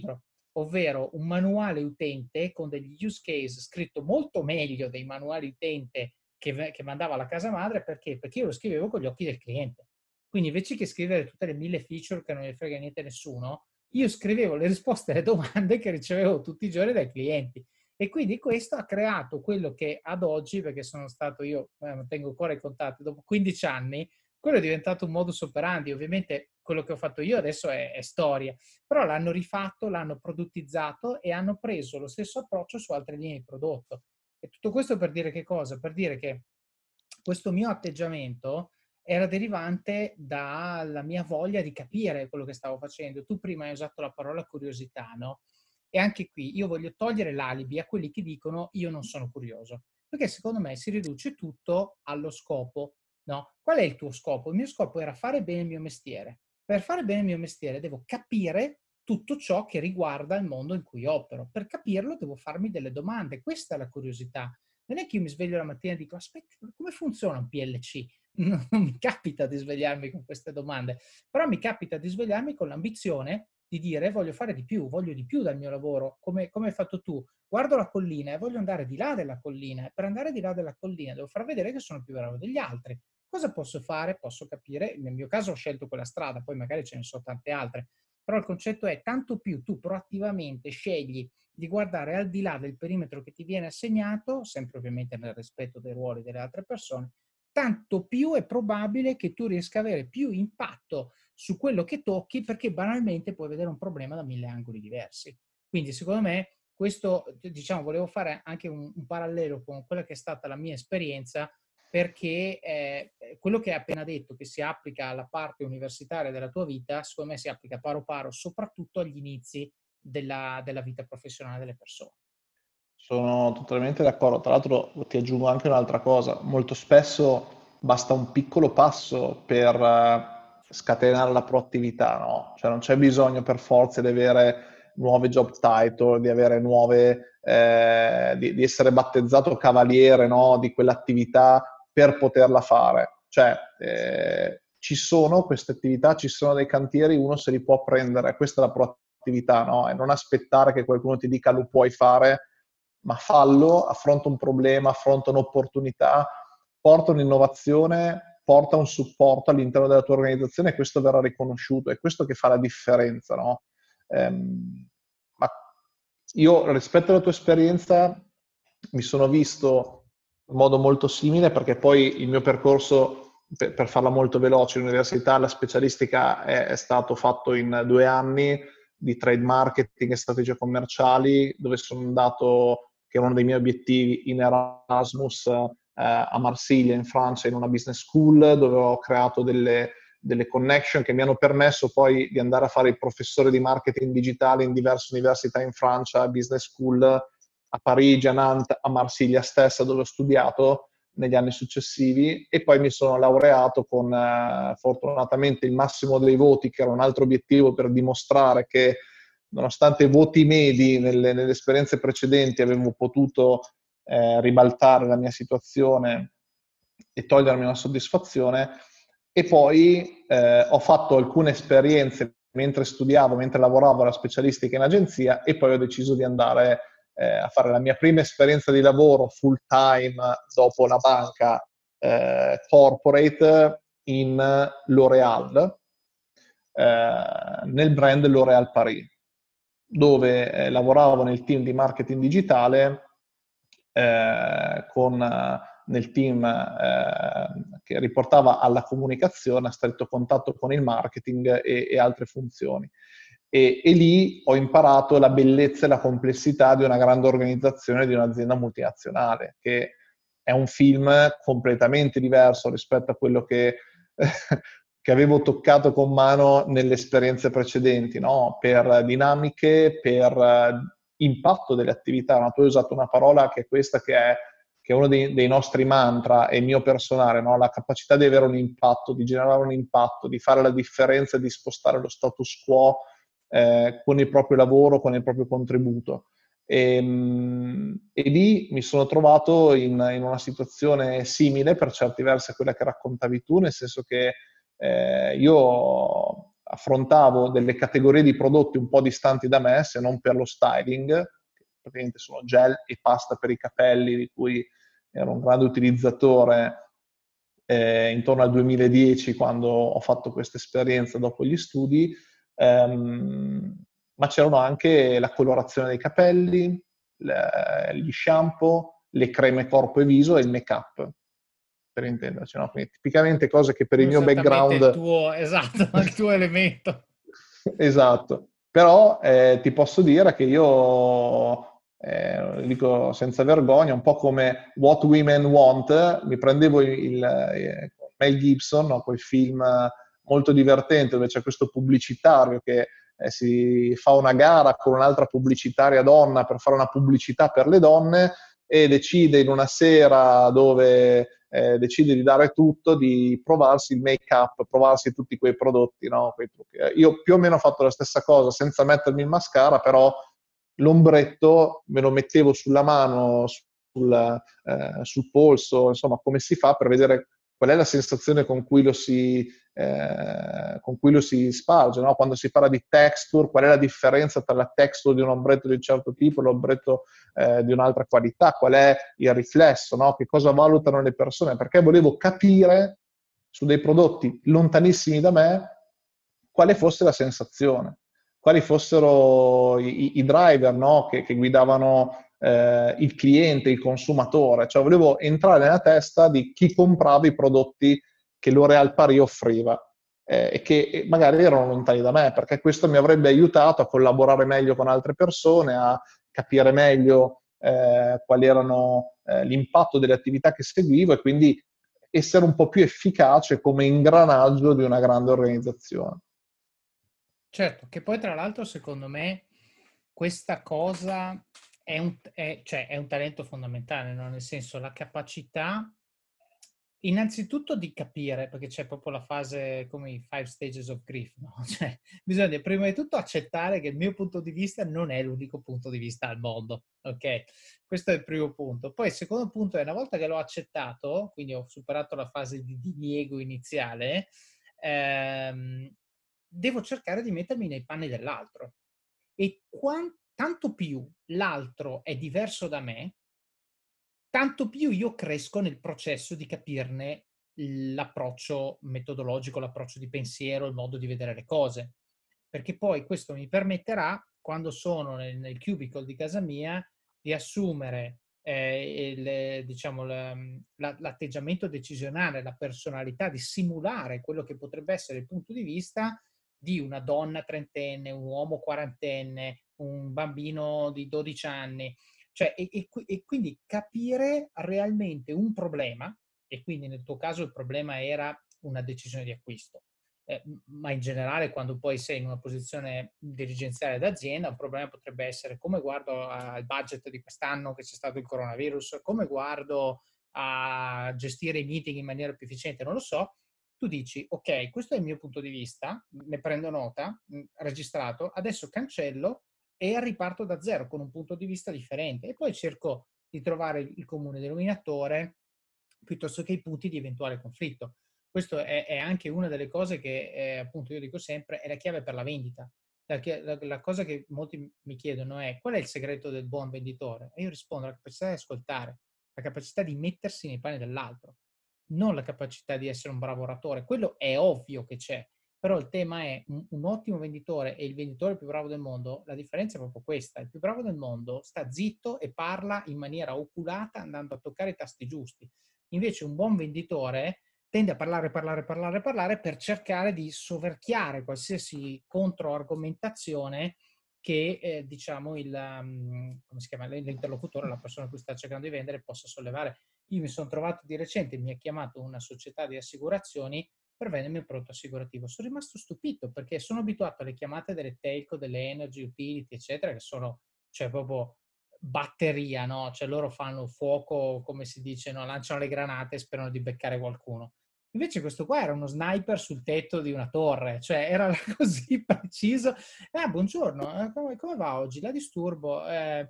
ovvero un manuale utente con degli use case scritto molto meglio dei manuali utente che mandava la casa madre. Perché? Perché io lo scrivevo con gli occhi del cliente. Quindi invece che scrivere tutte le 1000 feature che non ne frega niente a nessuno, io scrivevo le risposte alle domande che ricevevo tutti i giorni dai clienti. E quindi questo ha creato quello che ad oggi, perché sono stato io, tengo ancora i contatti, dopo 15 anni, quello è diventato un modus operandi. Ovviamente quello che ho fatto io adesso è storia, però l'hanno rifatto, l'hanno produttizzato e hanno preso lo stesso approccio su altre linee di prodotto. E tutto questo per dire che cosa? Per dire che questo mio atteggiamento era derivante dalla mia voglia di capire quello che stavo facendo. Tu prima hai usato la parola curiosità, no? E anche qui io voglio togliere l'alibi a quelli che dicono io non sono curioso, perché secondo me si riduce tutto allo scopo, no? Qual è il tuo scopo? Il mio scopo era fare bene il mio mestiere. Per fare bene il mio mestiere devo capire tutto ciò che riguarda il mondo in cui opero. Per capirlo devo farmi delle domande. Questa è la curiosità. Non è che io mi sveglio la mattina e dico aspetta, come funziona un PLC? Non mi capita di svegliarmi con queste domande, però mi capita di svegliarmi con l'ambizione di dire voglio fare di più, voglio di più dal mio lavoro, come hai fatto tu. Guardo la collina e voglio andare di là della collina, e per andare di là della collina devo far vedere che sono più bravo degli altri. Cosa posso fare? Posso capire, nel mio caso ho scelto quella strada, poi magari ce ne sono tante altre, però il concetto è tanto più tu proattivamente scegli di guardare al di là del perimetro che ti viene assegnato, sempre ovviamente nel rispetto dei ruoli delle altre persone, tanto più è probabile che tu riesca ad avere più impatto su quello che tocchi, perché banalmente puoi vedere un problema da 1000 angoli diversi. Quindi secondo me questo, diciamo, volevo fare anche un parallelo con quella che è stata la mia esperienza, perché quello che hai appena detto, che si applica alla parte universitaria della tua vita, secondo me si applica paro paro soprattutto agli inizi della vita professionale delle persone. Sono totalmente d'accordo. Tra l'altro ti aggiungo anche un'altra cosa. Molto spesso basta un piccolo passo per scatenare la proattività, no? Cioè non c'è bisogno per forza di avere nuove job title, di avere nuove, di essere battezzato cavaliere, no? Di quell'attività per poterla fare. Cioè ci sono queste attività, ci sono dei cantieri, uno se li può prendere. Questa è la proattività, no? E non aspettare che qualcuno ti dica lo puoi fare, ma fallo, affronta un problema, affronta un'opportunità, porta un'innovazione, porta un supporto all'interno della tua organizzazione e questo verrà riconosciuto. È questo che fa la differenza, no? Ma io rispetto alla tua esperienza mi sono visto in modo molto simile perché poi il mio percorso, per farla molto veloce, l'università, la specialistica è stato fatto in 2 anni di trade marketing e strategie commerciali, dove sono andato, che è uno dei miei obiettivi, in Erasmus a Marsiglia, in Francia, in una business school, dove ho creato delle connection che mi hanno permesso poi di andare a fare il professore di marketing digitale in diverse università in Francia, business school a Parigi, a Nantes, a Marsiglia stessa, dove ho studiato negli anni successivi, e poi mi sono laureato con fortunatamente il massimo dei voti, che era un altro obiettivo per dimostrare che nonostante i voti medi nelle esperienze precedenti avevo potuto ribaltare la mia situazione e togliermi una soddisfazione. E poi ho fatto alcune esperienze mentre studiavo, mentre lavoravo alla specialistica in agenzia, e poi ho deciso di andare a fare la mia prima esperienza di lavoro full time dopo la banca corporate in L'Oréal, nel brand L'Oréal Paris, dove lavoravo nel team di marketing digitale nel team che riportava alla comunicazione, a stretto contatto con il marketing e altre funzioni. E lì ho imparato la bellezza e la complessità di una grande organizzazione, di un'azienda multinazionale, che è un film completamente diverso rispetto a quello che avevo toccato con mano nelle esperienze precedenti, no? Per dinamiche, per impatto delle attività. No? Tu hai usato una parola che è questa, che è uno dei nostri mantra e mio personale, no? La capacità di avere un impatto, di generare un impatto, di fare la differenza, di spostare lo status quo con il proprio lavoro, con il proprio contributo. E lì mi sono trovato in una situazione simile per certi versi a quella che raccontavi tu, nel senso che io affrontavo delle categorie di prodotti un po' distanti da me, se non per lo styling, che praticamente sono gel e pasta per i capelli, di cui ero un grande utilizzatore intorno al 2010, quando ho fatto questa esperienza dopo gli studi, ma c'erano anche la colorazione dei capelli, gli shampoo, le creme corpo e viso e il make-up, per intenderci, no? Quindi tipicamente cose che per il mio Esattamente il background. tuo, esatto, il tuo elemento. Esatto, però ti posso dire che io, lo dico senza vergogna, un po' come What Women Want, mi prendevo con Mel Gibson, no? Quel film molto divertente dove c'è questo pubblicitario che si fa una gara con un'altra pubblicitaria donna per fare una pubblicità per le donne e decide in una sera dove decide di dare tutto, di provarsi il make-up, provarsi tutti quei prodotti, no? Quei trucchi. Io più o meno ho fatto la stessa cosa senza mettermi il mascara, però l'ombretto me lo mettevo sulla mano, sul polso, insomma, come si fa per vedere qual è la sensazione con cui lo si sparge, no? Quando si parla di texture, qual è la differenza tra la texture di un ombretto di un certo tipo e l'ombretto di un'altra qualità, qual è il riflesso, no? Che cosa valutano le persone, perché volevo capire su dei prodotti lontanissimi da me quale fosse la sensazione, quali fossero i driver, no? che guidavano il cliente, il consumatore, cioè volevo entrare nella testa di chi comprava i prodotti che L'Oréal Paris offriva e che magari erano lontani da me, perché questo mi avrebbe aiutato a collaborare meglio con altre persone, a capire meglio quali erano l'impatto delle attività che seguivo e quindi essere un po' più efficace come ingranaggio di una grande organizzazione. Certo, che poi tra l'altro secondo me questa cosa cioè, è un talento fondamentale, no? Nel senso la capacità innanzitutto di capire, perché c'è proprio la fase come i five stages of grief, no? Cioè, bisogna prima di tutto accettare che il mio punto di vista non è l'unico punto di vista al mondo, ok? Questo è il primo punto. Poi il secondo punto è una volta che l'ho accettato, quindi ho superato la fase di diniego iniziale, ehm, devo cercare di mettermi nei panni dell'altro. E tanto più l'altro è diverso da me, tanto più io cresco nel processo di capirne l'approccio metodologico, l'approccio di pensiero, il modo di vedere le cose. Perché poi questo mi permetterà, quando sono nel cubicle di casa mia, di assumere diciamo, l'atteggiamento decisionale, la personalità, di simulare quello che potrebbe essere il punto di vista di una donna trentenne, un uomo quarantenne, un bambino di 12 anni, cioè, e quindi capire realmente un problema, e quindi nel tuo caso il problema era una decisione di acquisto, ma in generale quando poi sei in una posizione dirigenziale d'azienda, un problema potrebbe essere come guardo al budget di quest'anno che c'è stato il coronavirus, come guardo a gestire i meeting in maniera più efficiente, non lo so. Tu dici, ok, questo è il mio punto di vista, ne prendo nota, registrato, adesso cancello e riparto da zero con un punto di vista differente e poi cerco di trovare il comune denominatore piuttosto che i punti di eventuale conflitto. Questo è anche una delle cose che appunto io dico sempre è la chiave per la vendita. La cosa che molti mi chiedono è qual è il segreto del buon venditore? E io rispondo la capacità di ascoltare, la capacità di mettersi nei panni dell'altro, non la capacità di essere un bravo oratore. Quello è ovvio che c'è, però il tema è un ottimo venditore e il venditore più bravo del mondo, la differenza è proprio questa. Il più bravo del mondo sta zitto e parla in maniera oculata andando a toccare i tasti giusti. Invece un buon venditore tende a parlare, parlare, parlare, parlare per cercare di soverchiare qualsiasi controargomentazione che diciamo come si chiama, l'interlocutore, la persona a cui sta cercando di vendere, possa sollevare. Io mi sono trovato di recente, mi ha chiamato una società di assicurazioni per vendermi un prodotto assicurativo. Sono rimasto stupito perché sono abituato alle chiamate delle telco, delle energy utility, eccetera, che sono cioè proprio batteria, no? Cioè loro fanno fuoco, come si dice, no? Lanciano le granate e sperano di beccare qualcuno. Invece questo qua era uno sniper sul tetto di una torre, cioè era così preciso. Buongiorno, come va oggi? La disturbo.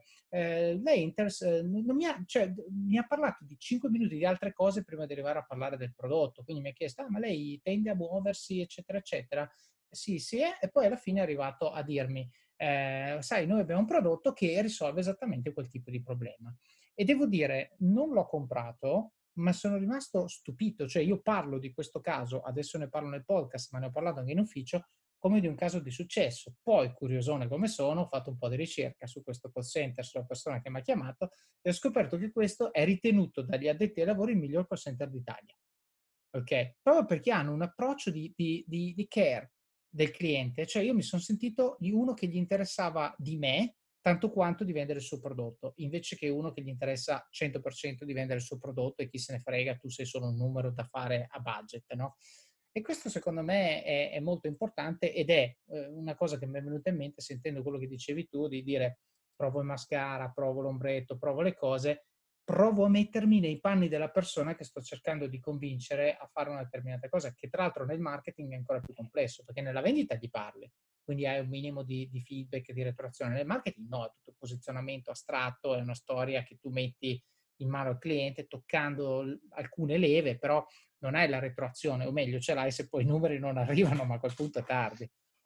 Lei non cioè, mi ha parlato di 5 minuti di altre cose prima di arrivare a parlare del prodotto, quindi mi ha chiesto, ma lei tende a muoversi, eccetera, eccetera. sì, sì, e poi alla fine è arrivato a dirmi, sai, noi abbiamo un prodotto che risolve esattamente quel tipo di problema. E devo dire, non l'ho comprato, ma sono rimasto stupito. Cioè, io parlo di questo caso, adesso ne parlo nel podcast, ma ne ho parlato anche in ufficio, come di un caso di successo. Poi, curiosone come sono, ho fatto un po' di ricerca su questo call center, sulla persona che mi ha chiamato, e ho scoperto che questo è ritenuto dagli addetti ai lavori il miglior call center d'Italia. Ok? Proprio perché hanno un approccio di care del cliente. Cioè, io mi sono sentito di uno che gli interessava di me tanto quanto di vendere il suo prodotto, invece che uno che gli interessa 100% di vendere il suo prodotto e chi se ne frega, tu sei solo un numero da fare a budget, no? E questo secondo me è molto importante ed è una cosa che mi è venuta in mente sentendo quello che dicevi tu, di dire provo il mascara, provo l'ombretto, provo le cose, provo a mettermi nei panni della persona che sto cercando di convincere a fare una determinata cosa, che tra l'altro nel marketing è ancora più complesso, perché nella vendita gli parli, quindi hai un minimo di feedback e di retroazione. Nel marketing no, è tutto posizionamento astratto, è una storia che tu metti in mano al cliente toccando alcune leve, però non hai la retroazione, o meglio ce l'hai se poi i numeri non arrivano, ma a quel punto è tardi.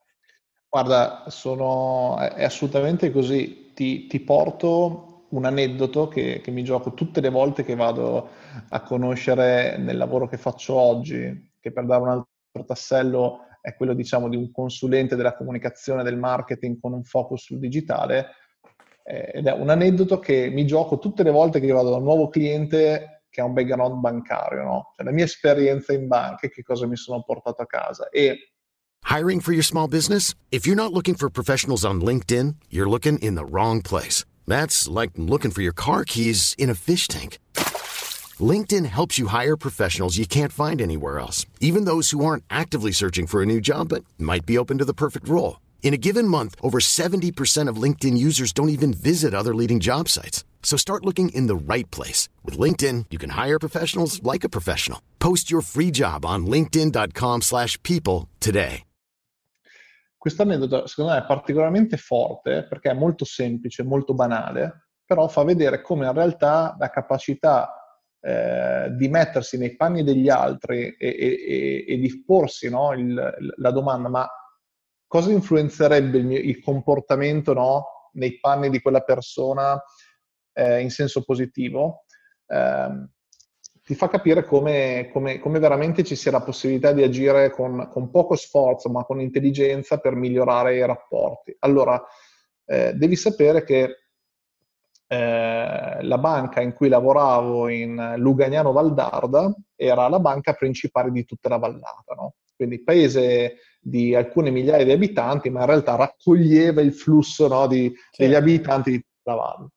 Guarda, è assolutamente così. Ti porto un aneddoto che mi gioco tutte le volte che vado a conoscere nel lavoro che faccio oggi, che per dare un altro tassello è quello, diciamo, di un consulente della comunicazione, del marketing con un focus sul digitale. Ed è un aneddoto che mi gioco tutte le volte che vado da un nuovo cliente che ha un background bancario, no? Cioè, la mia esperienza in banca e che cosa mi sono portato a casa. E Hiring for your small business? If you're not looking for professionals on LinkedIn, you're looking in the wrong place. That's like looking for your car keys in a fish tank. LinkedIn helps you hire professionals you can't find anywhere else, even those who aren't actively searching for a new job but might be open to the perfect role. In a given month, over 70% of LinkedIn users don't even visit other leading job sites. So start looking in the right place. With LinkedIn, you can hire professionals like a professional. Post your free job on linkedin.com/people today. questo aneddoto secondo me è particolarmente forte perché è molto semplice, molto banale, però fa vedere come in realtà la capacità di mettersi nei panni degli altri e di porsi, no, la domanda, ma cosa influenzerebbe il comportamento, no, nei panni di quella persona in senso positivo? Ti fa capire come veramente ci sia la possibilità di agire con poco sforzo, ma con intelligenza per migliorare i rapporti. Allora, devi sapere che la banca in cui lavoravo in Lugagnano Valdarda era la banca principale di tutta la vallata, no? Quindi paese di alcune migliaia di abitanti, ma in realtà raccoglieva il flusso, no, degli abitanti di tutta la valle.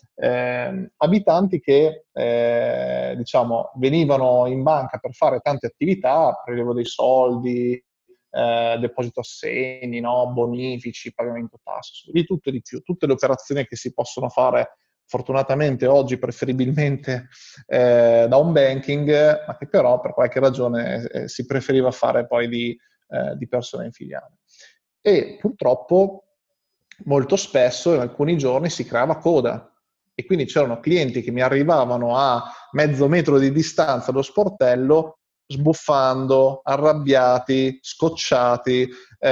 Abitanti che diciamo venivano in banca per fare tante attività, prelievo dei soldi, deposito assegni, no? Bonifici, pagamento tasse, di tutto e di più, tutte le operazioni che si possono fare fortunatamente oggi preferibilmente da home banking, ma che però per qualche ragione si preferiva fare poi di persona in filiale. E purtroppo molto spesso in alcuni giorni si creava coda e quindi c'erano clienti che mi arrivavano a mezzo metro di distanza dallo sportello sbuffando, arrabbiati, scocciati,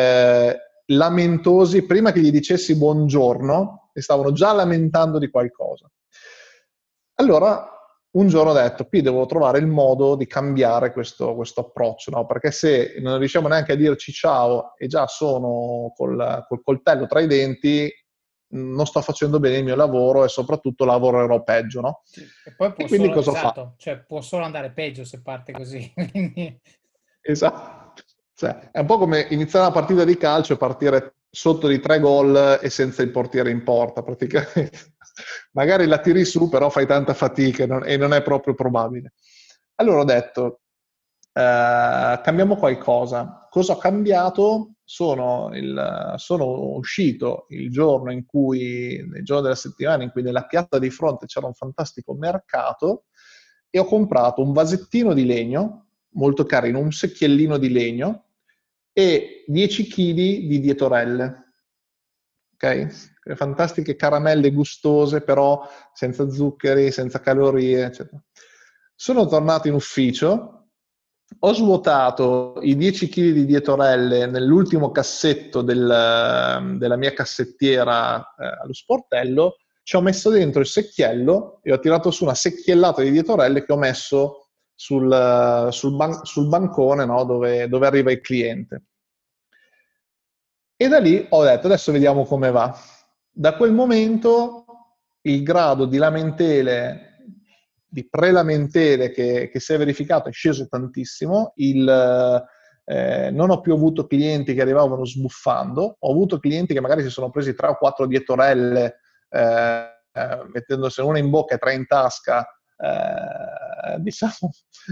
lamentosi, prima che gli dicessi buongiorno e stavano già lamentando di qualcosa. Allora un giorno ho detto, qui devo trovare il modo di cambiare questo approccio, no? Perché se non riusciamo neanche a dirci ciao e già sono col coltello tra i denti, non sto facendo bene il mio lavoro e soprattutto lavorerò peggio, no? Sì. E poi E può quindi solo, cosa ho fatto? esatto, cioè può solo andare peggio se parte così. Esatto. Cioè, è un po' come iniziare una partita di calcio e partire sotto di 3 gol e senza il portiere in porta, praticamente. Magari la tiri su, però fai tanta fatica e non è proprio probabile. Allora ho detto, cambiamo qualcosa. Cosa ho cambiato? Sono uscito il giorno nel giorno della settimana in cui nella piazza di fronte c'era un fantastico mercato e ho comprato un vasettino di legno, molto carino, un secchiellino di legno e 10 kg di dietorelle. Ok? Fantastiche caramelle gustose, però senza zuccheri, senza calorie, eccetera. Sono tornato in ufficio Ho svuotato i 10 kg di dietorelle nell'ultimo cassetto della mia cassettiera allo sportello, ci ho messo dentro il secchiello e ho tirato su una secchiellata di dietorelle che ho messo sul bancone, no, dove arriva il cliente. E da lì ho detto, adesso vediamo come va. Da quel momento il grado di lamentele, di prelamentele che si è verificato è sceso tantissimo. Non ho più avuto clienti che arrivavano sbuffando, ho avuto clienti che magari si sono presi 3 o 4 dietorelle, mettendosene una in bocca e 3 in tasca, diciamo,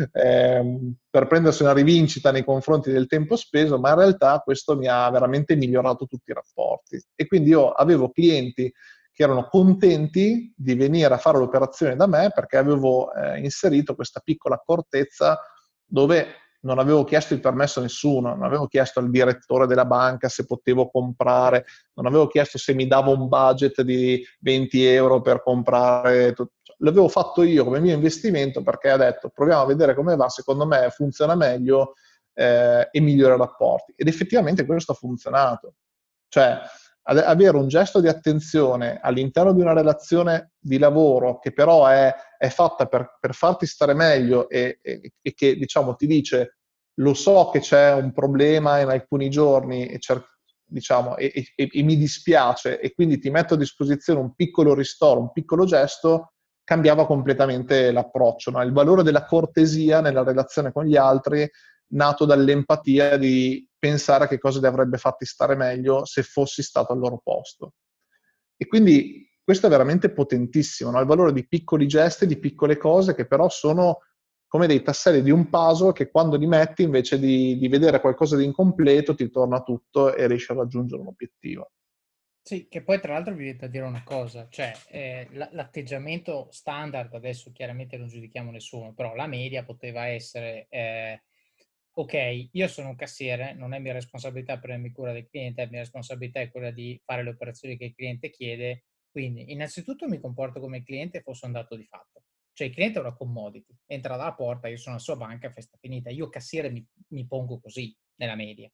per prendersi una rivincita nei confronti del tempo speso, ma in realtà questo mi ha veramente migliorato tutti i rapporti. E quindi io avevo clienti che erano contenti di venire a fare l'operazione da me perché avevo inserito questa piccola accortezza dove non avevo chiesto il permesso a nessuno, non avevo chiesto al direttore della banca se potevo comprare, non avevo chiesto se mi dava un budget di 20 euro per comprare. L'avevo fatto io come mio investimento perché ha detto proviamo a vedere come va, secondo me funziona meglio e migliora i rapporti. Ed effettivamente questo ha funzionato. Cioè, avere un gesto di attenzione all'interno di una relazione di lavoro che però è fatta per farti stare meglio e che diciamo ti dice lo so che c'è un problema in alcuni giorni diciamo, e mi dispiace e quindi ti metto a disposizione un piccolo ristoro, un piccolo gesto, cambiava completamente l'approccio, no? Il valore della cortesia nella relazione con gli altri nato dall'empatia di pensare a che cosa li avrebbe fatti stare meglio se fossi stato al loro posto. E quindi questo è veramente potentissimo, no? Il valore di piccoli gesti, di piccole cose che però sono come dei tasselli di un puzzle che quando li metti invece di vedere qualcosa di incompleto ti torna tutto e riesci a raggiungere un obiettivo. Sì, che poi tra l'altro vi viene da dire una cosa, cioè l'atteggiamento standard, adesso chiaramente non giudichiamo nessuno, però la media poteva essere, ok, io sono un cassiere, non è mia responsabilità prendermi cura del cliente, è mia responsabilità è quella di fare le operazioni che il cliente chiede, quindi innanzitutto mi comporto come il cliente fosse un dato di fatto, cioè il cliente è una commodity, entra dalla porta, io sono la sua banca, festa finita, io cassiere mi pongo così nella media.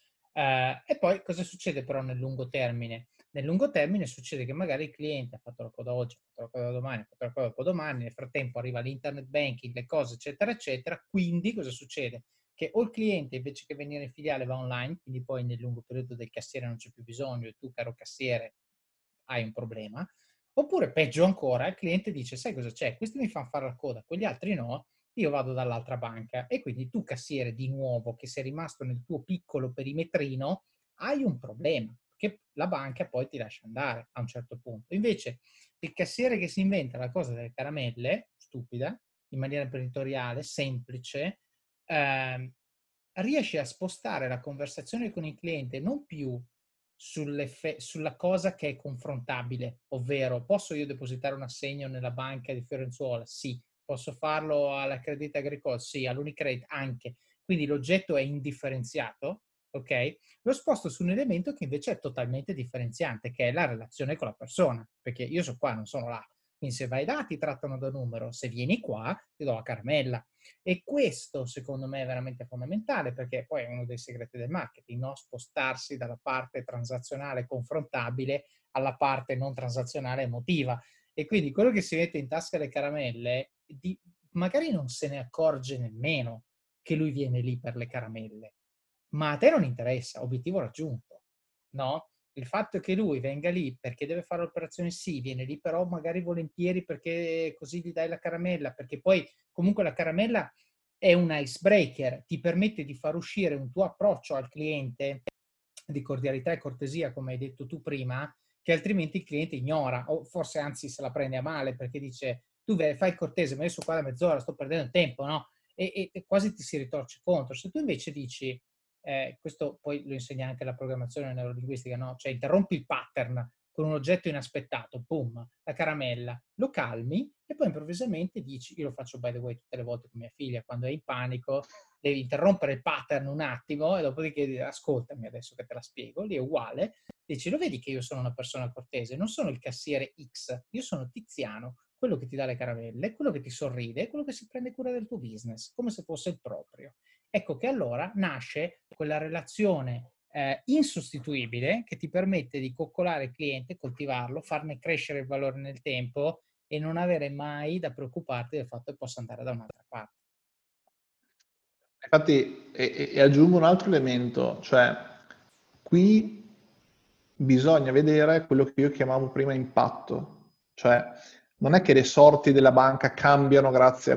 E poi cosa succede però nel lungo termine? Nel lungo termine succede che magari il cliente ha fatto la coda oggi, ha fatto la coda domani, ha fatto la coda dopodomani, nel frattempo arriva l'internet banking, le cose, eccetera, eccetera. Quindi cosa succede? Che o il cliente invece che venire in filiale va online, quindi poi nel lungo periodo del cassiere non c'è più bisogno e tu, caro cassiere, hai un problema. Oppure peggio ancora, il cliente dice, sai cosa c'è? Questi mi fanno fare la coda, quegli altri no, io vado dall'altra banca. E quindi tu, cassiere, di nuovo, che sei rimasto nel tuo piccolo perimetrino, hai un problema, che la banca poi ti lascia andare a un certo punto. Invece il cassiere che si inventa la cosa delle caramelle, stupida, in maniera imprenditoriale, semplice, riesce a spostare la conversazione con il cliente non più sulla cosa che è confrontabile, ovvero posso io depositare un assegno nella banca di Fiorenzuola? Sì. Posso farlo alla Crédit Agricole? Sì. All'Unicredit? Anche. Quindi l'oggetto è indifferenziato, ok? Lo sposto su un elemento che invece è totalmente differenziante, che è la relazione con la persona, perché io sono qua, non sono là. Quindi se vai là ti trattano da numero, se vieni qua ti do la caramella. E questo secondo me è veramente fondamentale perché poi è uno dei segreti del marketing, no? Spostarsi dalla parte transazionale confrontabile alla parte non transazionale emotiva. E quindi quello che si mette in tasca le caramelle magari non se ne accorge nemmeno che lui viene lì per le caramelle, ma a te non interessa, obiettivo raggiunto, no? Il fatto che lui venga lì perché deve fare l'operazione, sì, viene lì però magari volentieri perché così gli dai la caramella, perché poi comunque la caramella è un icebreaker, ti permette di far uscire un tuo approccio al cliente di cordialità e cortesia, come hai detto tu prima, che altrimenti il cliente ignora, o forse anzi se la prende a male perché dice tu fai il cortese, ma io sono qua da mezz'ora, sto perdendo il tempo, no? E quasi ti si ritorce contro. Se tu invece dici, questo poi lo insegna anche la programmazione neurolinguistica, no? Cioè interrompi il pattern con un oggetto inaspettato, boom, la caramella, lo calmi e poi improvvisamente dici, io lo faccio by the way tutte le volte con mia figlia, quando è in panico, devi interrompere il pattern un attimo e dopodiché ascoltami adesso che te la spiego, lì è uguale, dici lo vedi che io sono una persona cortese, non sono il cassiere X, io sono Tiziano, quello che ti dà le caramelle, quello che ti sorride, quello che si prende cura del tuo business, come se fosse il proprio. Ecco che allora nasce quella relazione insostituibile che ti permette di coccolare il cliente, coltivarlo, farne crescere il valore nel tempo e non avere mai da preoccuparti del fatto che possa andare da un'altra parte. Infatti, e aggiungo un altro elemento, cioè qui bisogna vedere quello che io chiamavo prima impatto, cioè non è che le sorti della banca cambiano grazie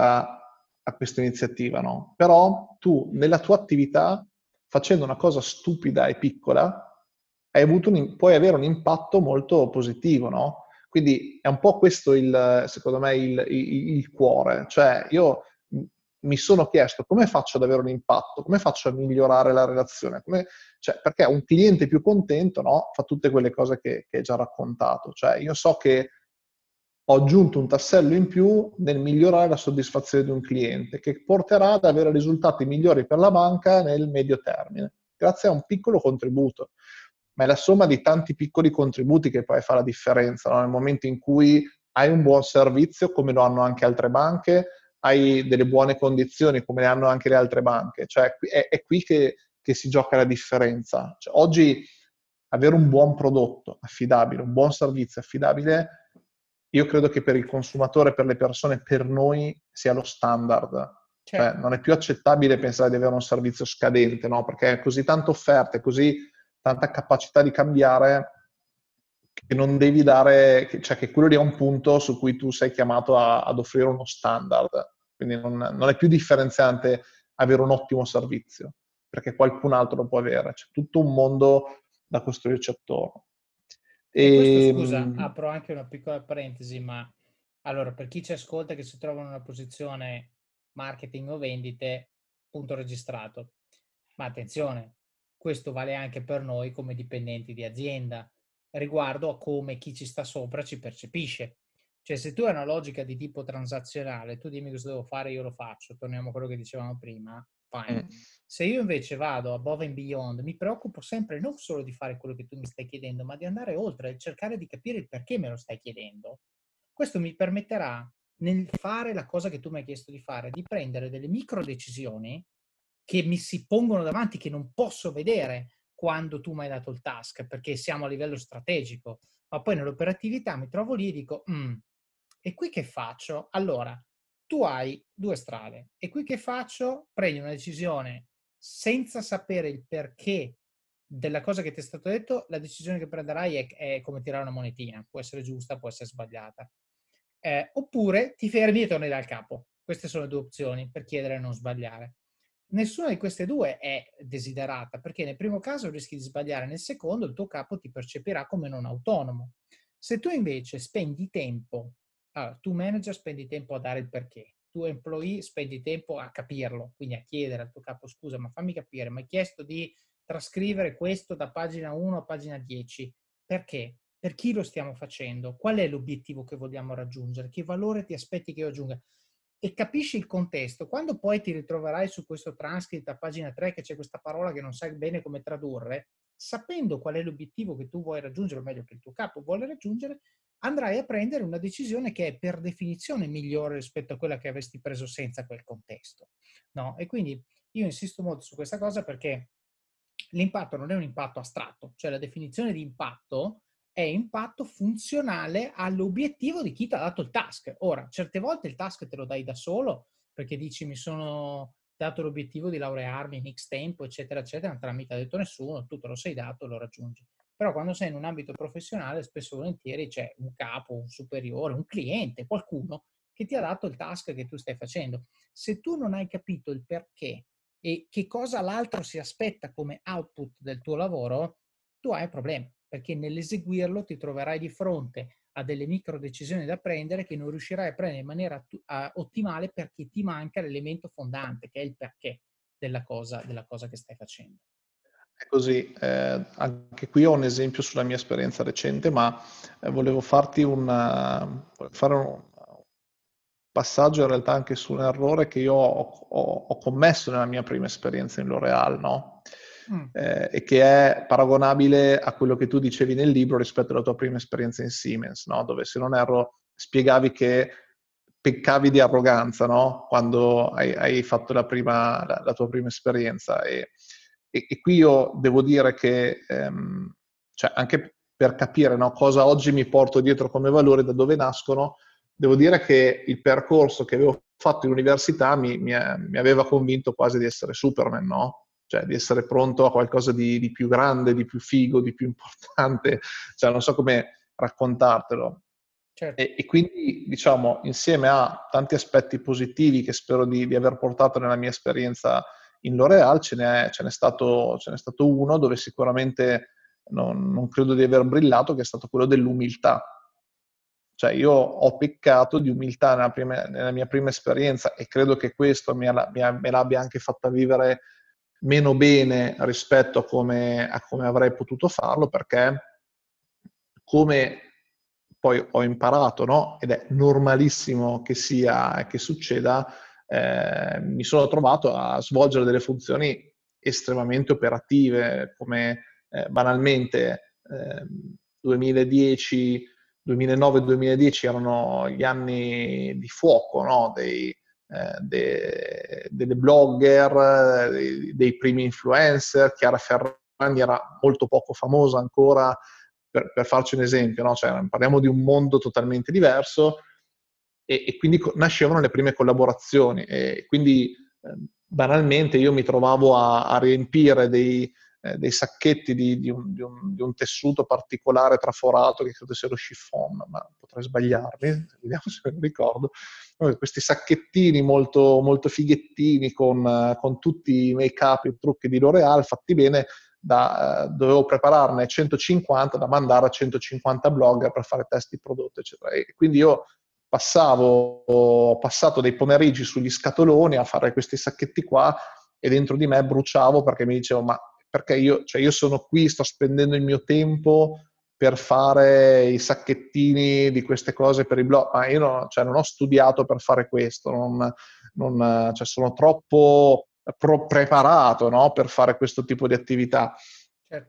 a questa iniziativa, no? Però tu nella tua attività, facendo una cosa stupida e piccola, puoi avere un impatto molto positivo, no? Quindi è un po' questo secondo me il cuore, cioè io mi sono chiesto come faccio ad avere un impatto, come faccio a migliorare la relazione, cioè, perché un cliente più contento, no, fa tutte quelle cose che hai già raccontato, cioè io so che ho aggiunto un tassello in più nel migliorare la soddisfazione di un cliente, che porterà ad avere risultati migliori per la banca nel medio termine, grazie a un piccolo contributo. Ma è la somma di tanti piccoli contributi che poi fa la differenza, no? Nel momento in cui hai un buon servizio, come lo hanno anche altre banche, hai delle buone condizioni, come le hanno anche le altre banche. Cioè, è qui che si gioca la differenza. Cioè, oggi avere un buon prodotto affidabile, un buon servizio affidabile, io credo che per il consumatore, per le persone, per noi sia lo standard. Cioè, Certo. non è più accettabile pensare di avere un servizio scadente, no? Perché è così tanta offerta, è così tanta capacità di cambiare che non devi cioè che quello lì è un punto su cui tu sei chiamato ad offrire uno standard. Quindi non è più differenziante avere un ottimo servizio, perché qualcun altro lo può avere. C'è tutto un mondo da costruirci attorno. E questo, E, scusa, apro anche una piccola parentesi, ma allora per chi ci ascolta che si trova in una posizione marketing o vendite, punto registrato. Ma attenzione, questo vale anche per noi come dipendenti di azienda, riguardo a come chi ci sta sopra ci percepisce. Cioè, se tu hai una logica di tipo transazionale, tu dimmi cosa devo fare, io lo faccio, torniamo a quello che dicevamo prima, fine. Se io invece vado above and beyond, mi preoccupo sempre non solo di fare quello che tu mi stai chiedendo, ma di andare oltre e cercare di capire il perché me lo stai chiedendo. Questo mi permetterà, nel fare la cosa che tu mi hai chiesto di fare, di prendere delle micro decisioni che mi si pongono davanti, che non posso vedere quando tu mi hai dato il task, perché siamo a livello strategico, ma poi nell'operatività mi trovo lì e dico, e qui che faccio? Allora, tu hai due strade, e qui che faccio? Prendi una decisione senza sapere il perché della cosa che ti è stato detto, la decisione che prenderai è come tirare una monetina, può essere giusta, può essere sbagliata. Oppure ti fermi e torni dal capo. Queste sono le due opzioni per chiedere e non sbagliare. Nessuna di queste due è desiderata, perché nel primo caso rischi di sbagliare, nel secondo il tuo capo ti percepirà come non autonomo. Se tu invece spendi tempo, allora, tu manager spendi tempo a dare il perché, tu employee spendi tempo a capirlo, quindi a chiedere al tuo capo scusa, ma fammi capire, mi hai chiesto di trascrivere questo da pagina 1 a pagina 10, perché? Per chi lo stiamo facendo? Qual è l'obiettivo che vogliamo raggiungere? Che valore ti aspetti che io aggiunga? E capisci il contesto. Quando poi ti ritroverai su questo transcript a pagina 3 che c'è questa parola che non sai bene come tradurre, sapendo qual è l'obiettivo che tu vuoi raggiungere, o meglio che il tuo capo vuole raggiungere, andrai a prendere una decisione che è per definizione migliore rispetto a quella che avresti preso senza quel contesto. No? E quindi io insisto molto su questa cosa perché l'impatto non è un impatto astratto, cioè la definizione di impatto è impatto funzionale all'obiettivo di chi ti ha dato il task. Ora, certe volte il task te lo dai da solo perché dici mi sono dato l'obiettivo di laurearmi in X tempo, eccetera, eccetera, non te l'ha mica detto nessuno, tu te lo sei dato, lo raggiungi. Però quando sei in un ambito professionale, spesso e volentieri c'è un capo, un superiore, un cliente, qualcuno che ti ha dato il task che tu stai facendo. Se tu non hai capito il perché e che cosa l'altro si aspetta come output del tuo lavoro, tu hai problemi, perché nell'eseguirlo ti troverai di fronte a delle micro decisioni da prendere che non riuscirai a prendere in maniera ottimale perché ti manca l'elemento fondante, che è il perché della cosa che stai facendo. È così, anche qui ho un esempio sulla mia esperienza recente, ma volevo fare un passaggio in realtà anche su un errore che io ho commesso nella mia prima esperienza in L'Oréal, no? E che è paragonabile a quello che tu dicevi nel libro rispetto alla tua prima esperienza in Siemens, no? Dove, se non erro, spiegavi che peccavi di arroganza, no? Quando hai fatto la tua prima esperienza. E qui io devo dire che, cioè anche per capire, no, cosa oggi mi porto dietro come valori, da dove nascono, devo dire che il percorso che avevo fatto in università mi aveva convinto quasi di essere Superman, no? Cioè di essere pronto a qualcosa di più grande, di più figo, di più importante, cioè non so come raccontartelo. Certo. E quindi, diciamo, insieme a tanti aspetti positivi che spero di aver portato nella mia esperienza in L'Oréal, ce n'è stato uno dove sicuramente non credo di aver brillato, che è stato quello dell'umiltà. Cioè io ho peccato di umiltà nella mia prima esperienza, e credo che questo me l'abbia anche fatta vivere meno bene rispetto a come avrei potuto farlo, perché come poi ho imparato, no? Ed è normalissimo che sia e che succeda, mi sono trovato a svolgere delle funzioni estremamente operative, come banalmente 2009-2010 erano gli anni di fuoco, no? Delle blogger, dei primi influencer. Chiara Ferragni era molto poco famosa ancora, per farci un esempio, no? Cioè, parliamo di un mondo totalmente diverso, e quindi nascevano le prime collaborazioni, e quindi banalmente io mi trovavo a riempire dei sacchetti di un tessuto particolare traforato, che credo sia lo chiffon, ma potrei sbagliarmi, vediamo se me lo ricordo. Questi sacchettini molto, molto fighettini con tutti i make-up e trucchi di L'Oréal fatti bene. Dovevo prepararne 150 da mandare a 150 blogger per fare test di prodotto, eccetera. E quindi io ho passato dei pomeriggi sugli scatoloni a fare questi sacchetti qua, e dentro di me bruciavo, perché mi dicevo: ma perché io sono qui, sto spendendo il mio tempo per fare i sacchettini di queste cose per i blog, ma io non ho studiato per fare questo, sono troppo preparato, no, per fare questo tipo di attività. Certo.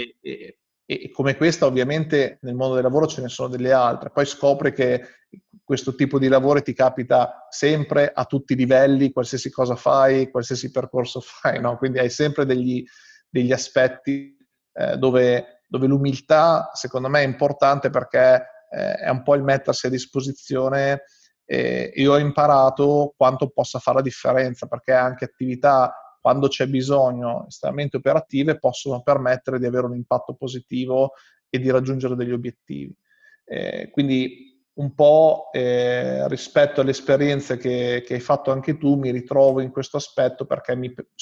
E come questa, ovviamente, nel mondo del lavoro ce ne sono delle altre. Poi scopri che questo tipo di lavoro ti capita sempre, a tutti i livelli, qualsiasi cosa fai, qualsiasi percorso fai, no? Quindi hai sempre degli aspetti dove l'umiltà, secondo me, è importante, perché è un po' il mettersi a disposizione. Io ho imparato quanto possa fare la differenza, perché anche attività, quando c'è bisogno, estremamente operative, possono permettere di avere un impatto positivo e di raggiungere degli obiettivi. Quindi un po' rispetto alle esperienze che hai fatto anche tu, mi ritrovo in questo aspetto, perché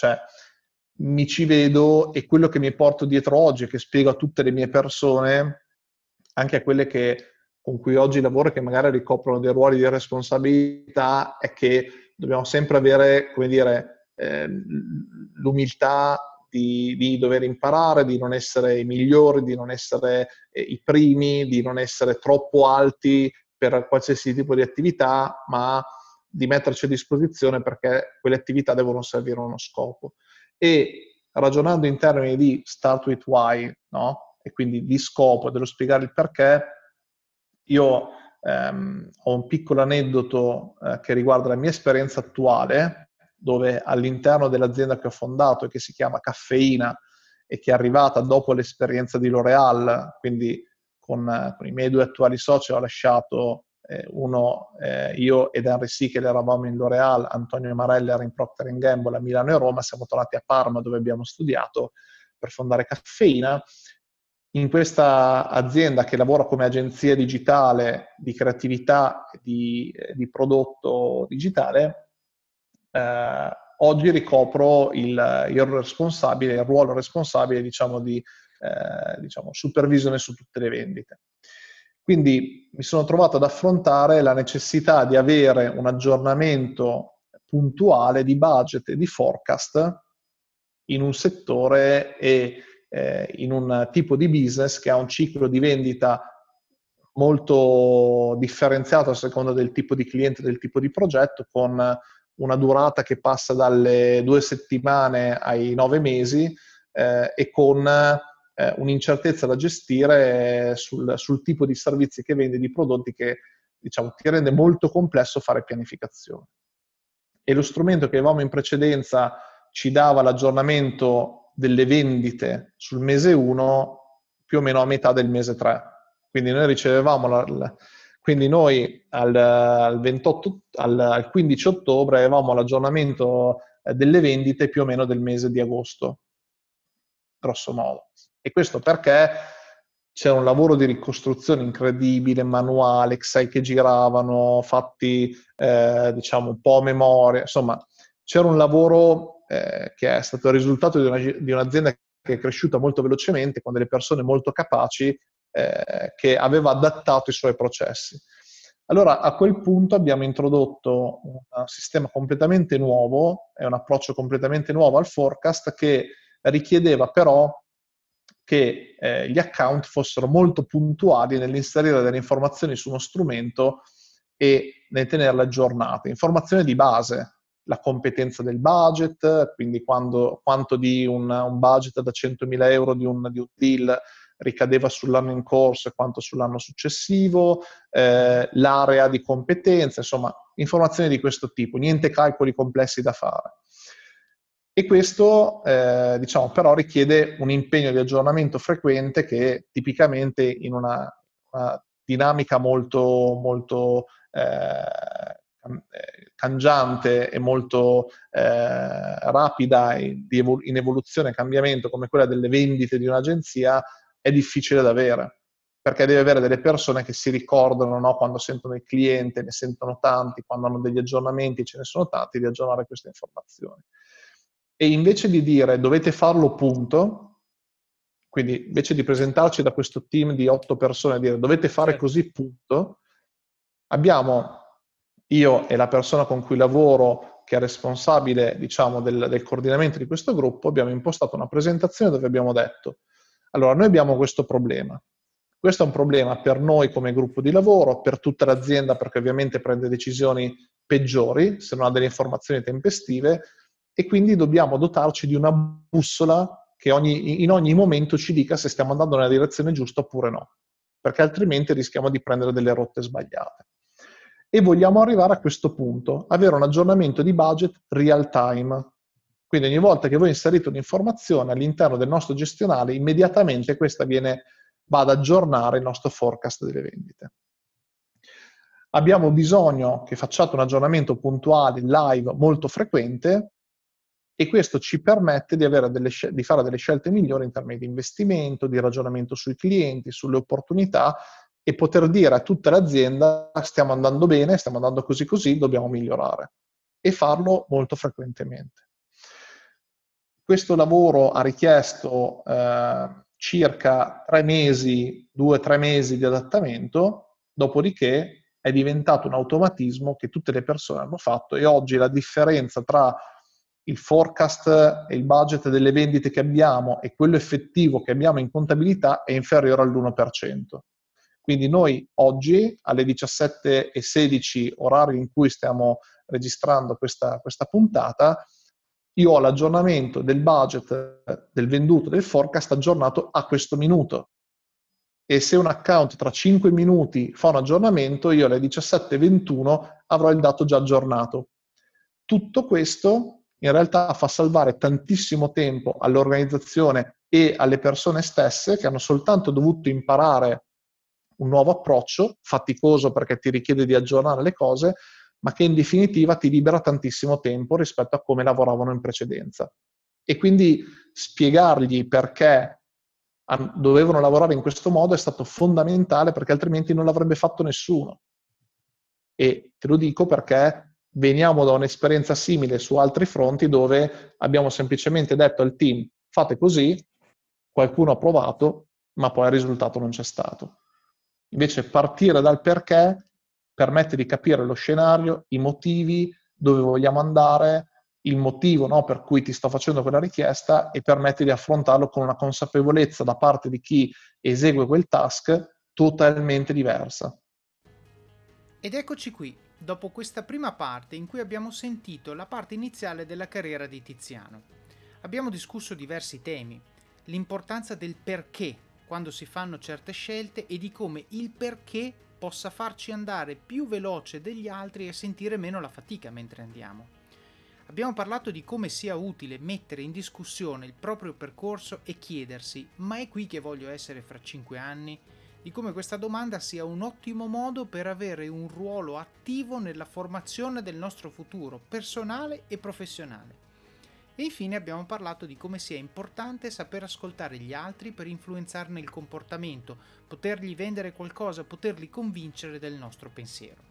mi ci vedo, e quello che mi porto dietro oggi, che spiego a tutte le mie persone, anche a quelle con cui oggi lavoro, che magari ricoprono dei ruoli di responsabilità, è che dobbiamo sempre avere, come dire, l'umiltà di dover imparare, di non essere i migliori, di non essere i primi, di non essere troppo alti per qualsiasi tipo di attività, ma di metterci a disposizione, perché quelle attività devono servire a uno scopo. E ragionando in termini di start with why, no? E quindi di scopo, dello spiegare il perché, io ho un piccolo aneddoto che riguarda la mia esperienza attuale, dove all'interno dell'azienda che ho fondato, e che si chiama Caffeina, e che è arrivata dopo l'esperienza di L'Oréal, quindi con i miei due attuali soci ho lasciato io ed Henry Sichel eravamo in L'Oréal, Antonio Marella era in Procter & Gamble a Milano e Roma, siamo tornati a Parma, dove abbiamo studiato, per fondare Caffeina. In questa azienda, che lavora come agenzia digitale di creatività di prodotto digitale, oggi ricopro il ruolo responsabile, diciamo, di supervisione su tutte le vendite. Quindi mi sono trovato ad affrontare la necessità di avere un aggiornamento puntuale di budget e di forecast in un settore e in un tipo di business che ha un ciclo di vendita molto differenziato a seconda del tipo di cliente, del tipo di progetto, con una durata che passa dalle 2 settimane ai 9 mesi, e con un'incertezza da gestire sul tipo di servizi che vende, di prodotti che diciamo, ti rende molto complesso fare pianificazione. E lo strumento che avevamo in precedenza ci dava l'aggiornamento delle vendite sul mese 1 più o meno a metà del mese 3. Quindi noi ricevevamo quindi noi al 15 ottobre avevamo l'aggiornamento delle vendite più o meno del mese di agosto, grosso modo. E questo perché c'era un lavoro di ricostruzione incredibile, manuale, Excel che giravano, fatti diciamo un po' a memoria, insomma c'era un lavoro che è stato il risultato di un'azienda che è cresciuta molto velocemente, con delle persone molto capaci, che aveva adattato i suoi processi. Allora a quel punto abbiamo introdotto un sistema completamente nuovo, è un approccio completamente nuovo al forecast, che richiedeva però che gli account fossero molto puntuali nell'inserire delle informazioni su uno strumento e nel tenerle aggiornate. Informazioni di base, la competenza del budget, quindi quanto di un budget da 100.000 euro di un deal ricadeva sull'anno in corso e quanto sull'anno successivo, l'area di competenza, insomma, informazioni di questo tipo, niente calcoli complessi da fare. E questo, diciamo, però richiede un impegno di aggiornamento frequente che tipicamente in una dinamica molto cangiante e molto rapida in evoluzione e cambiamento come quella delle vendite di un'agenzia è difficile da avere, perché deve avere delle persone che si ricordano, no, quando sentono il cliente, ne sentono tanti, quando hanno degli aggiornamenti, ce ne sono tanti, di aggiornare queste informazioni. E invece di dire dovete farlo punto, quindi invece di presentarci da questo team di 8 persone e dire dovete fare così punto, abbiamo io e la persona con cui lavoro, che è responsabile, diciamo, del coordinamento di questo gruppo, abbiamo impostato una presentazione dove abbiamo detto: allora, noi abbiamo questo problema. Questo è un problema per noi come gruppo di lavoro, per tutta l'azienda, perché ovviamente prende decisioni peggiori se non ha delle informazioni tempestive, e quindi dobbiamo dotarci di una bussola che in ogni momento ci dica se stiamo andando nella direzione giusta oppure no, perché altrimenti rischiamo di prendere delle rotte sbagliate. E vogliamo arrivare a questo punto, avere un aggiornamento di budget real time. Quindi ogni volta che voi inserite un'informazione all'interno del nostro gestionale, immediatamente questa va ad aggiornare il nostro forecast delle vendite. Abbiamo bisogno che facciate un aggiornamento puntuale, live, molto frequente, e questo ci permette di fare delle scelte migliori in termini di investimento, di ragionamento sui clienti, sulle opportunità, e poter dire a tutta l'azienda: stiamo andando bene, stiamo andando così, dobbiamo migliorare, e farlo molto frequentemente. Questo lavoro ha richiesto circa 3 mesi, 2-3 mesi di adattamento, dopodiché è diventato un automatismo che tutte le persone hanno fatto, e oggi la differenza tra il forecast e il budget delle vendite che abbiamo e quello effettivo che abbiamo in contabilità è inferiore all'1%. Quindi noi oggi alle 17:16, orario in cui stiamo registrando questa puntata, io ho l'aggiornamento del budget, del venduto, del forecast aggiornato a questo minuto. E se un account tra 5 minuti fa un aggiornamento, io alle 17:21 avrò il dato già aggiornato. Tutto questo in realtà fa salvare tantissimo tempo all'organizzazione e alle persone stesse, che hanno soltanto dovuto imparare un nuovo approccio, faticoso perché ti richiede di aggiornare le cose, ma che in definitiva ti libera tantissimo tempo rispetto a come lavoravano in precedenza. E quindi spiegargli perché dovevano lavorare in questo modo è stato fondamentale, perché altrimenti non l'avrebbe fatto nessuno. E te lo dico perché veniamo da un'esperienza simile su altri fronti, dove abbiamo semplicemente detto al team: fate così, qualcuno ha provato, ma poi il risultato non c'è stato. Invece partire dal perché permette di capire lo scenario, i motivi, dove vogliamo andare, il motivo, no, per cui ti sto facendo quella richiesta, e permette di affrontarlo con una consapevolezza da parte di chi esegue quel task totalmente diversa. Ed eccoci qui, dopo questa prima parte in cui abbiamo sentito la parte iniziale della carriera di Tiziano. Abbiamo discusso diversi temi, l'importanza del perché quando si fanno certe scelte e di come il perché possa farci andare più veloce degli altri e sentire meno la fatica mentre andiamo. Abbiamo parlato di come sia utile mettere in discussione il proprio percorso e chiedersi: ma è qui che voglio essere fra 5 anni? Di come questa domanda sia un ottimo modo per avere un ruolo attivo nella formazione del nostro futuro personale e professionale. E infine abbiamo parlato di come sia importante saper ascoltare gli altri per influenzarne il comportamento, potergli vendere qualcosa, poterli convincere del nostro pensiero.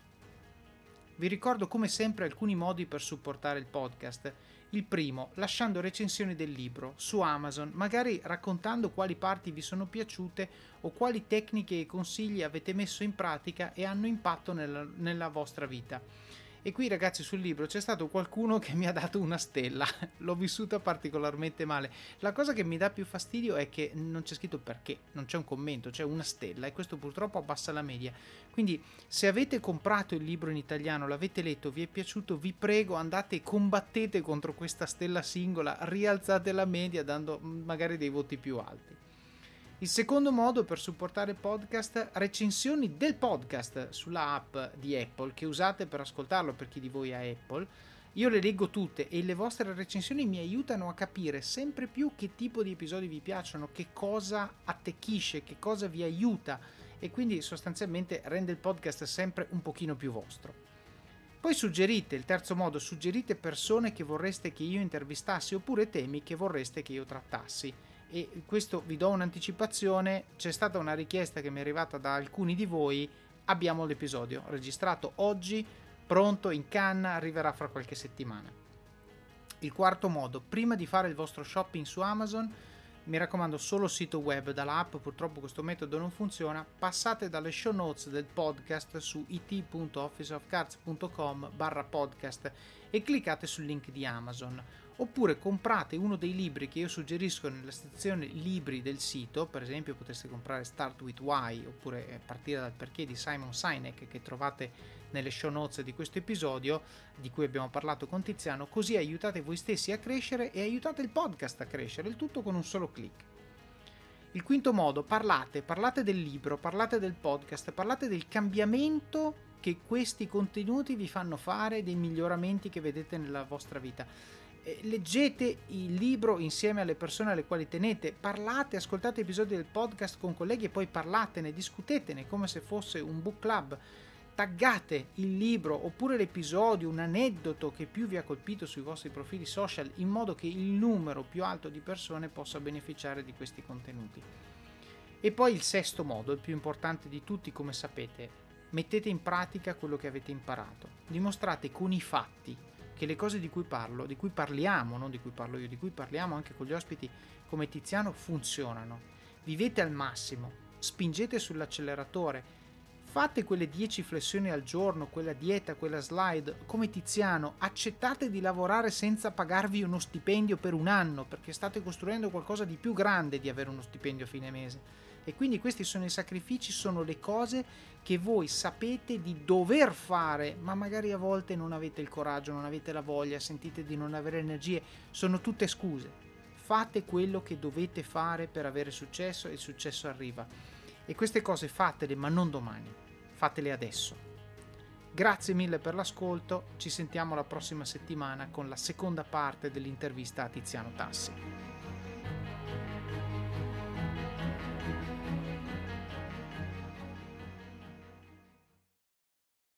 Vi ricordo come sempre alcuni modi per supportare il podcast. Il primo, lasciando recensioni del libro su Amazon, magari raccontando quali parti vi sono piaciute o quali tecniche e consigli avete messo in pratica e hanno impatto nella vostra vita. E qui, ragazzi, sul libro c'è stato qualcuno che mi ha dato una stella, l'ho vissuta particolarmente male. La cosa che mi dà più fastidio è che non c'è scritto perché, non c'è un commento, c'è una stella e questo purtroppo abbassa la media. Quindi se avete comprato il libro in italiano, l'avete letto, vi è piaciuto, vi prego, andate e combattete contro questa stella singola, rialzate la media dando magari dei voti più alti. Il secondo modo per supportare il podcast: recensioni del podcast sulla app di Apple che usate per ascoltarlo, per chi di voi ha Apple. Io le leggo tutte e le vostre recensioni mi aiutano a capire sempre più che tipo di episodi vi piacciono, che cosa attecchisce, che cosa vi aiuta e quindi sostanzialmente rende il podcast sempre un pochino più vostro. Poi suggerite, il terzo modo, suggerite persone che vorreste che io intervistassi oppure temi che vorreste che io trattassi. E questo vi do un'anticipazione: c'è stata una richiesta che mi è arrivata da alcuni di voi, abbiamo l'episodio registrato oggi, pronto, in canna, arriverà fra qualche settimana. Il quarto modo, prima di fare il vostro shopping su Amazon, mi raccomando solo sito web, dalla app purtroppo questo metodo non funziona, passate dalle show notes del podcast su it.officeofcards.com/podcast e cliccate sul link di Amazon. Oppure comprate uno dei libri che io suggerisco nella sezione libri del sito. Per esempio potreste comprare Start with Why oppure Partire dal perché di Simon Sinek, che trovate nelle show notes di questo episodio di cui abbiamo parlato con Tiziano, così aiutate voi stessi a crescere e aiutate il podcast a crescere, il tutto con un solo click. Il quinto modo, parlate del libro, parlate del podcast, parlate del cambiamento che questi contenuti vi fanno fare, dei miglioramenti che vedete nella vostra vita. Leggete il libro insieme alle persone alle quali tenete, parlate, ascoltate episodi del podcast con colleghi e poi parlatene, discutetene come se fosse un book club. Taggate il libro oppure l'episodio, un aneddoto che più vi ha colpito sui vostri profili social, in modo che il numero più alto di persone possa beneficiare di questi contenuti. E poi il sesto modo, il più importante di tutti, come sapete: mettete in pratica quello che avete imparato, dimostrate con i fatti che le cose di cui parliamo, non di cui parlo io, di cui parliamo anche con gli ospiti come Tiziano, funzionano. Vivete al massimo, spingete sull'acceleratore, fate quelle 10 flessioni al giorno, quella dieta, quella slide come Tiziano, accettate di lavorare senza pagarvi uno stipendio per un anno, perché state costruendo qualcosa di più grande di avere uno stipendio a fine mese. E quindi questi sono i sacrifici, sono le cose che voi sapete di dover fare, ma magari a volte non avete il coraggio, non avete la voglia, sentite di non avere energie, sono tutte scuse. Fate quello che dovete fare per avere successo e il successo arriva. E queste cose fatele, ma non domani, fatele adesso. Grazie mille per l'ascolto, ci sentiamo la prossima settimana con la seconda parte dell'intervista a Tiziano Tassi.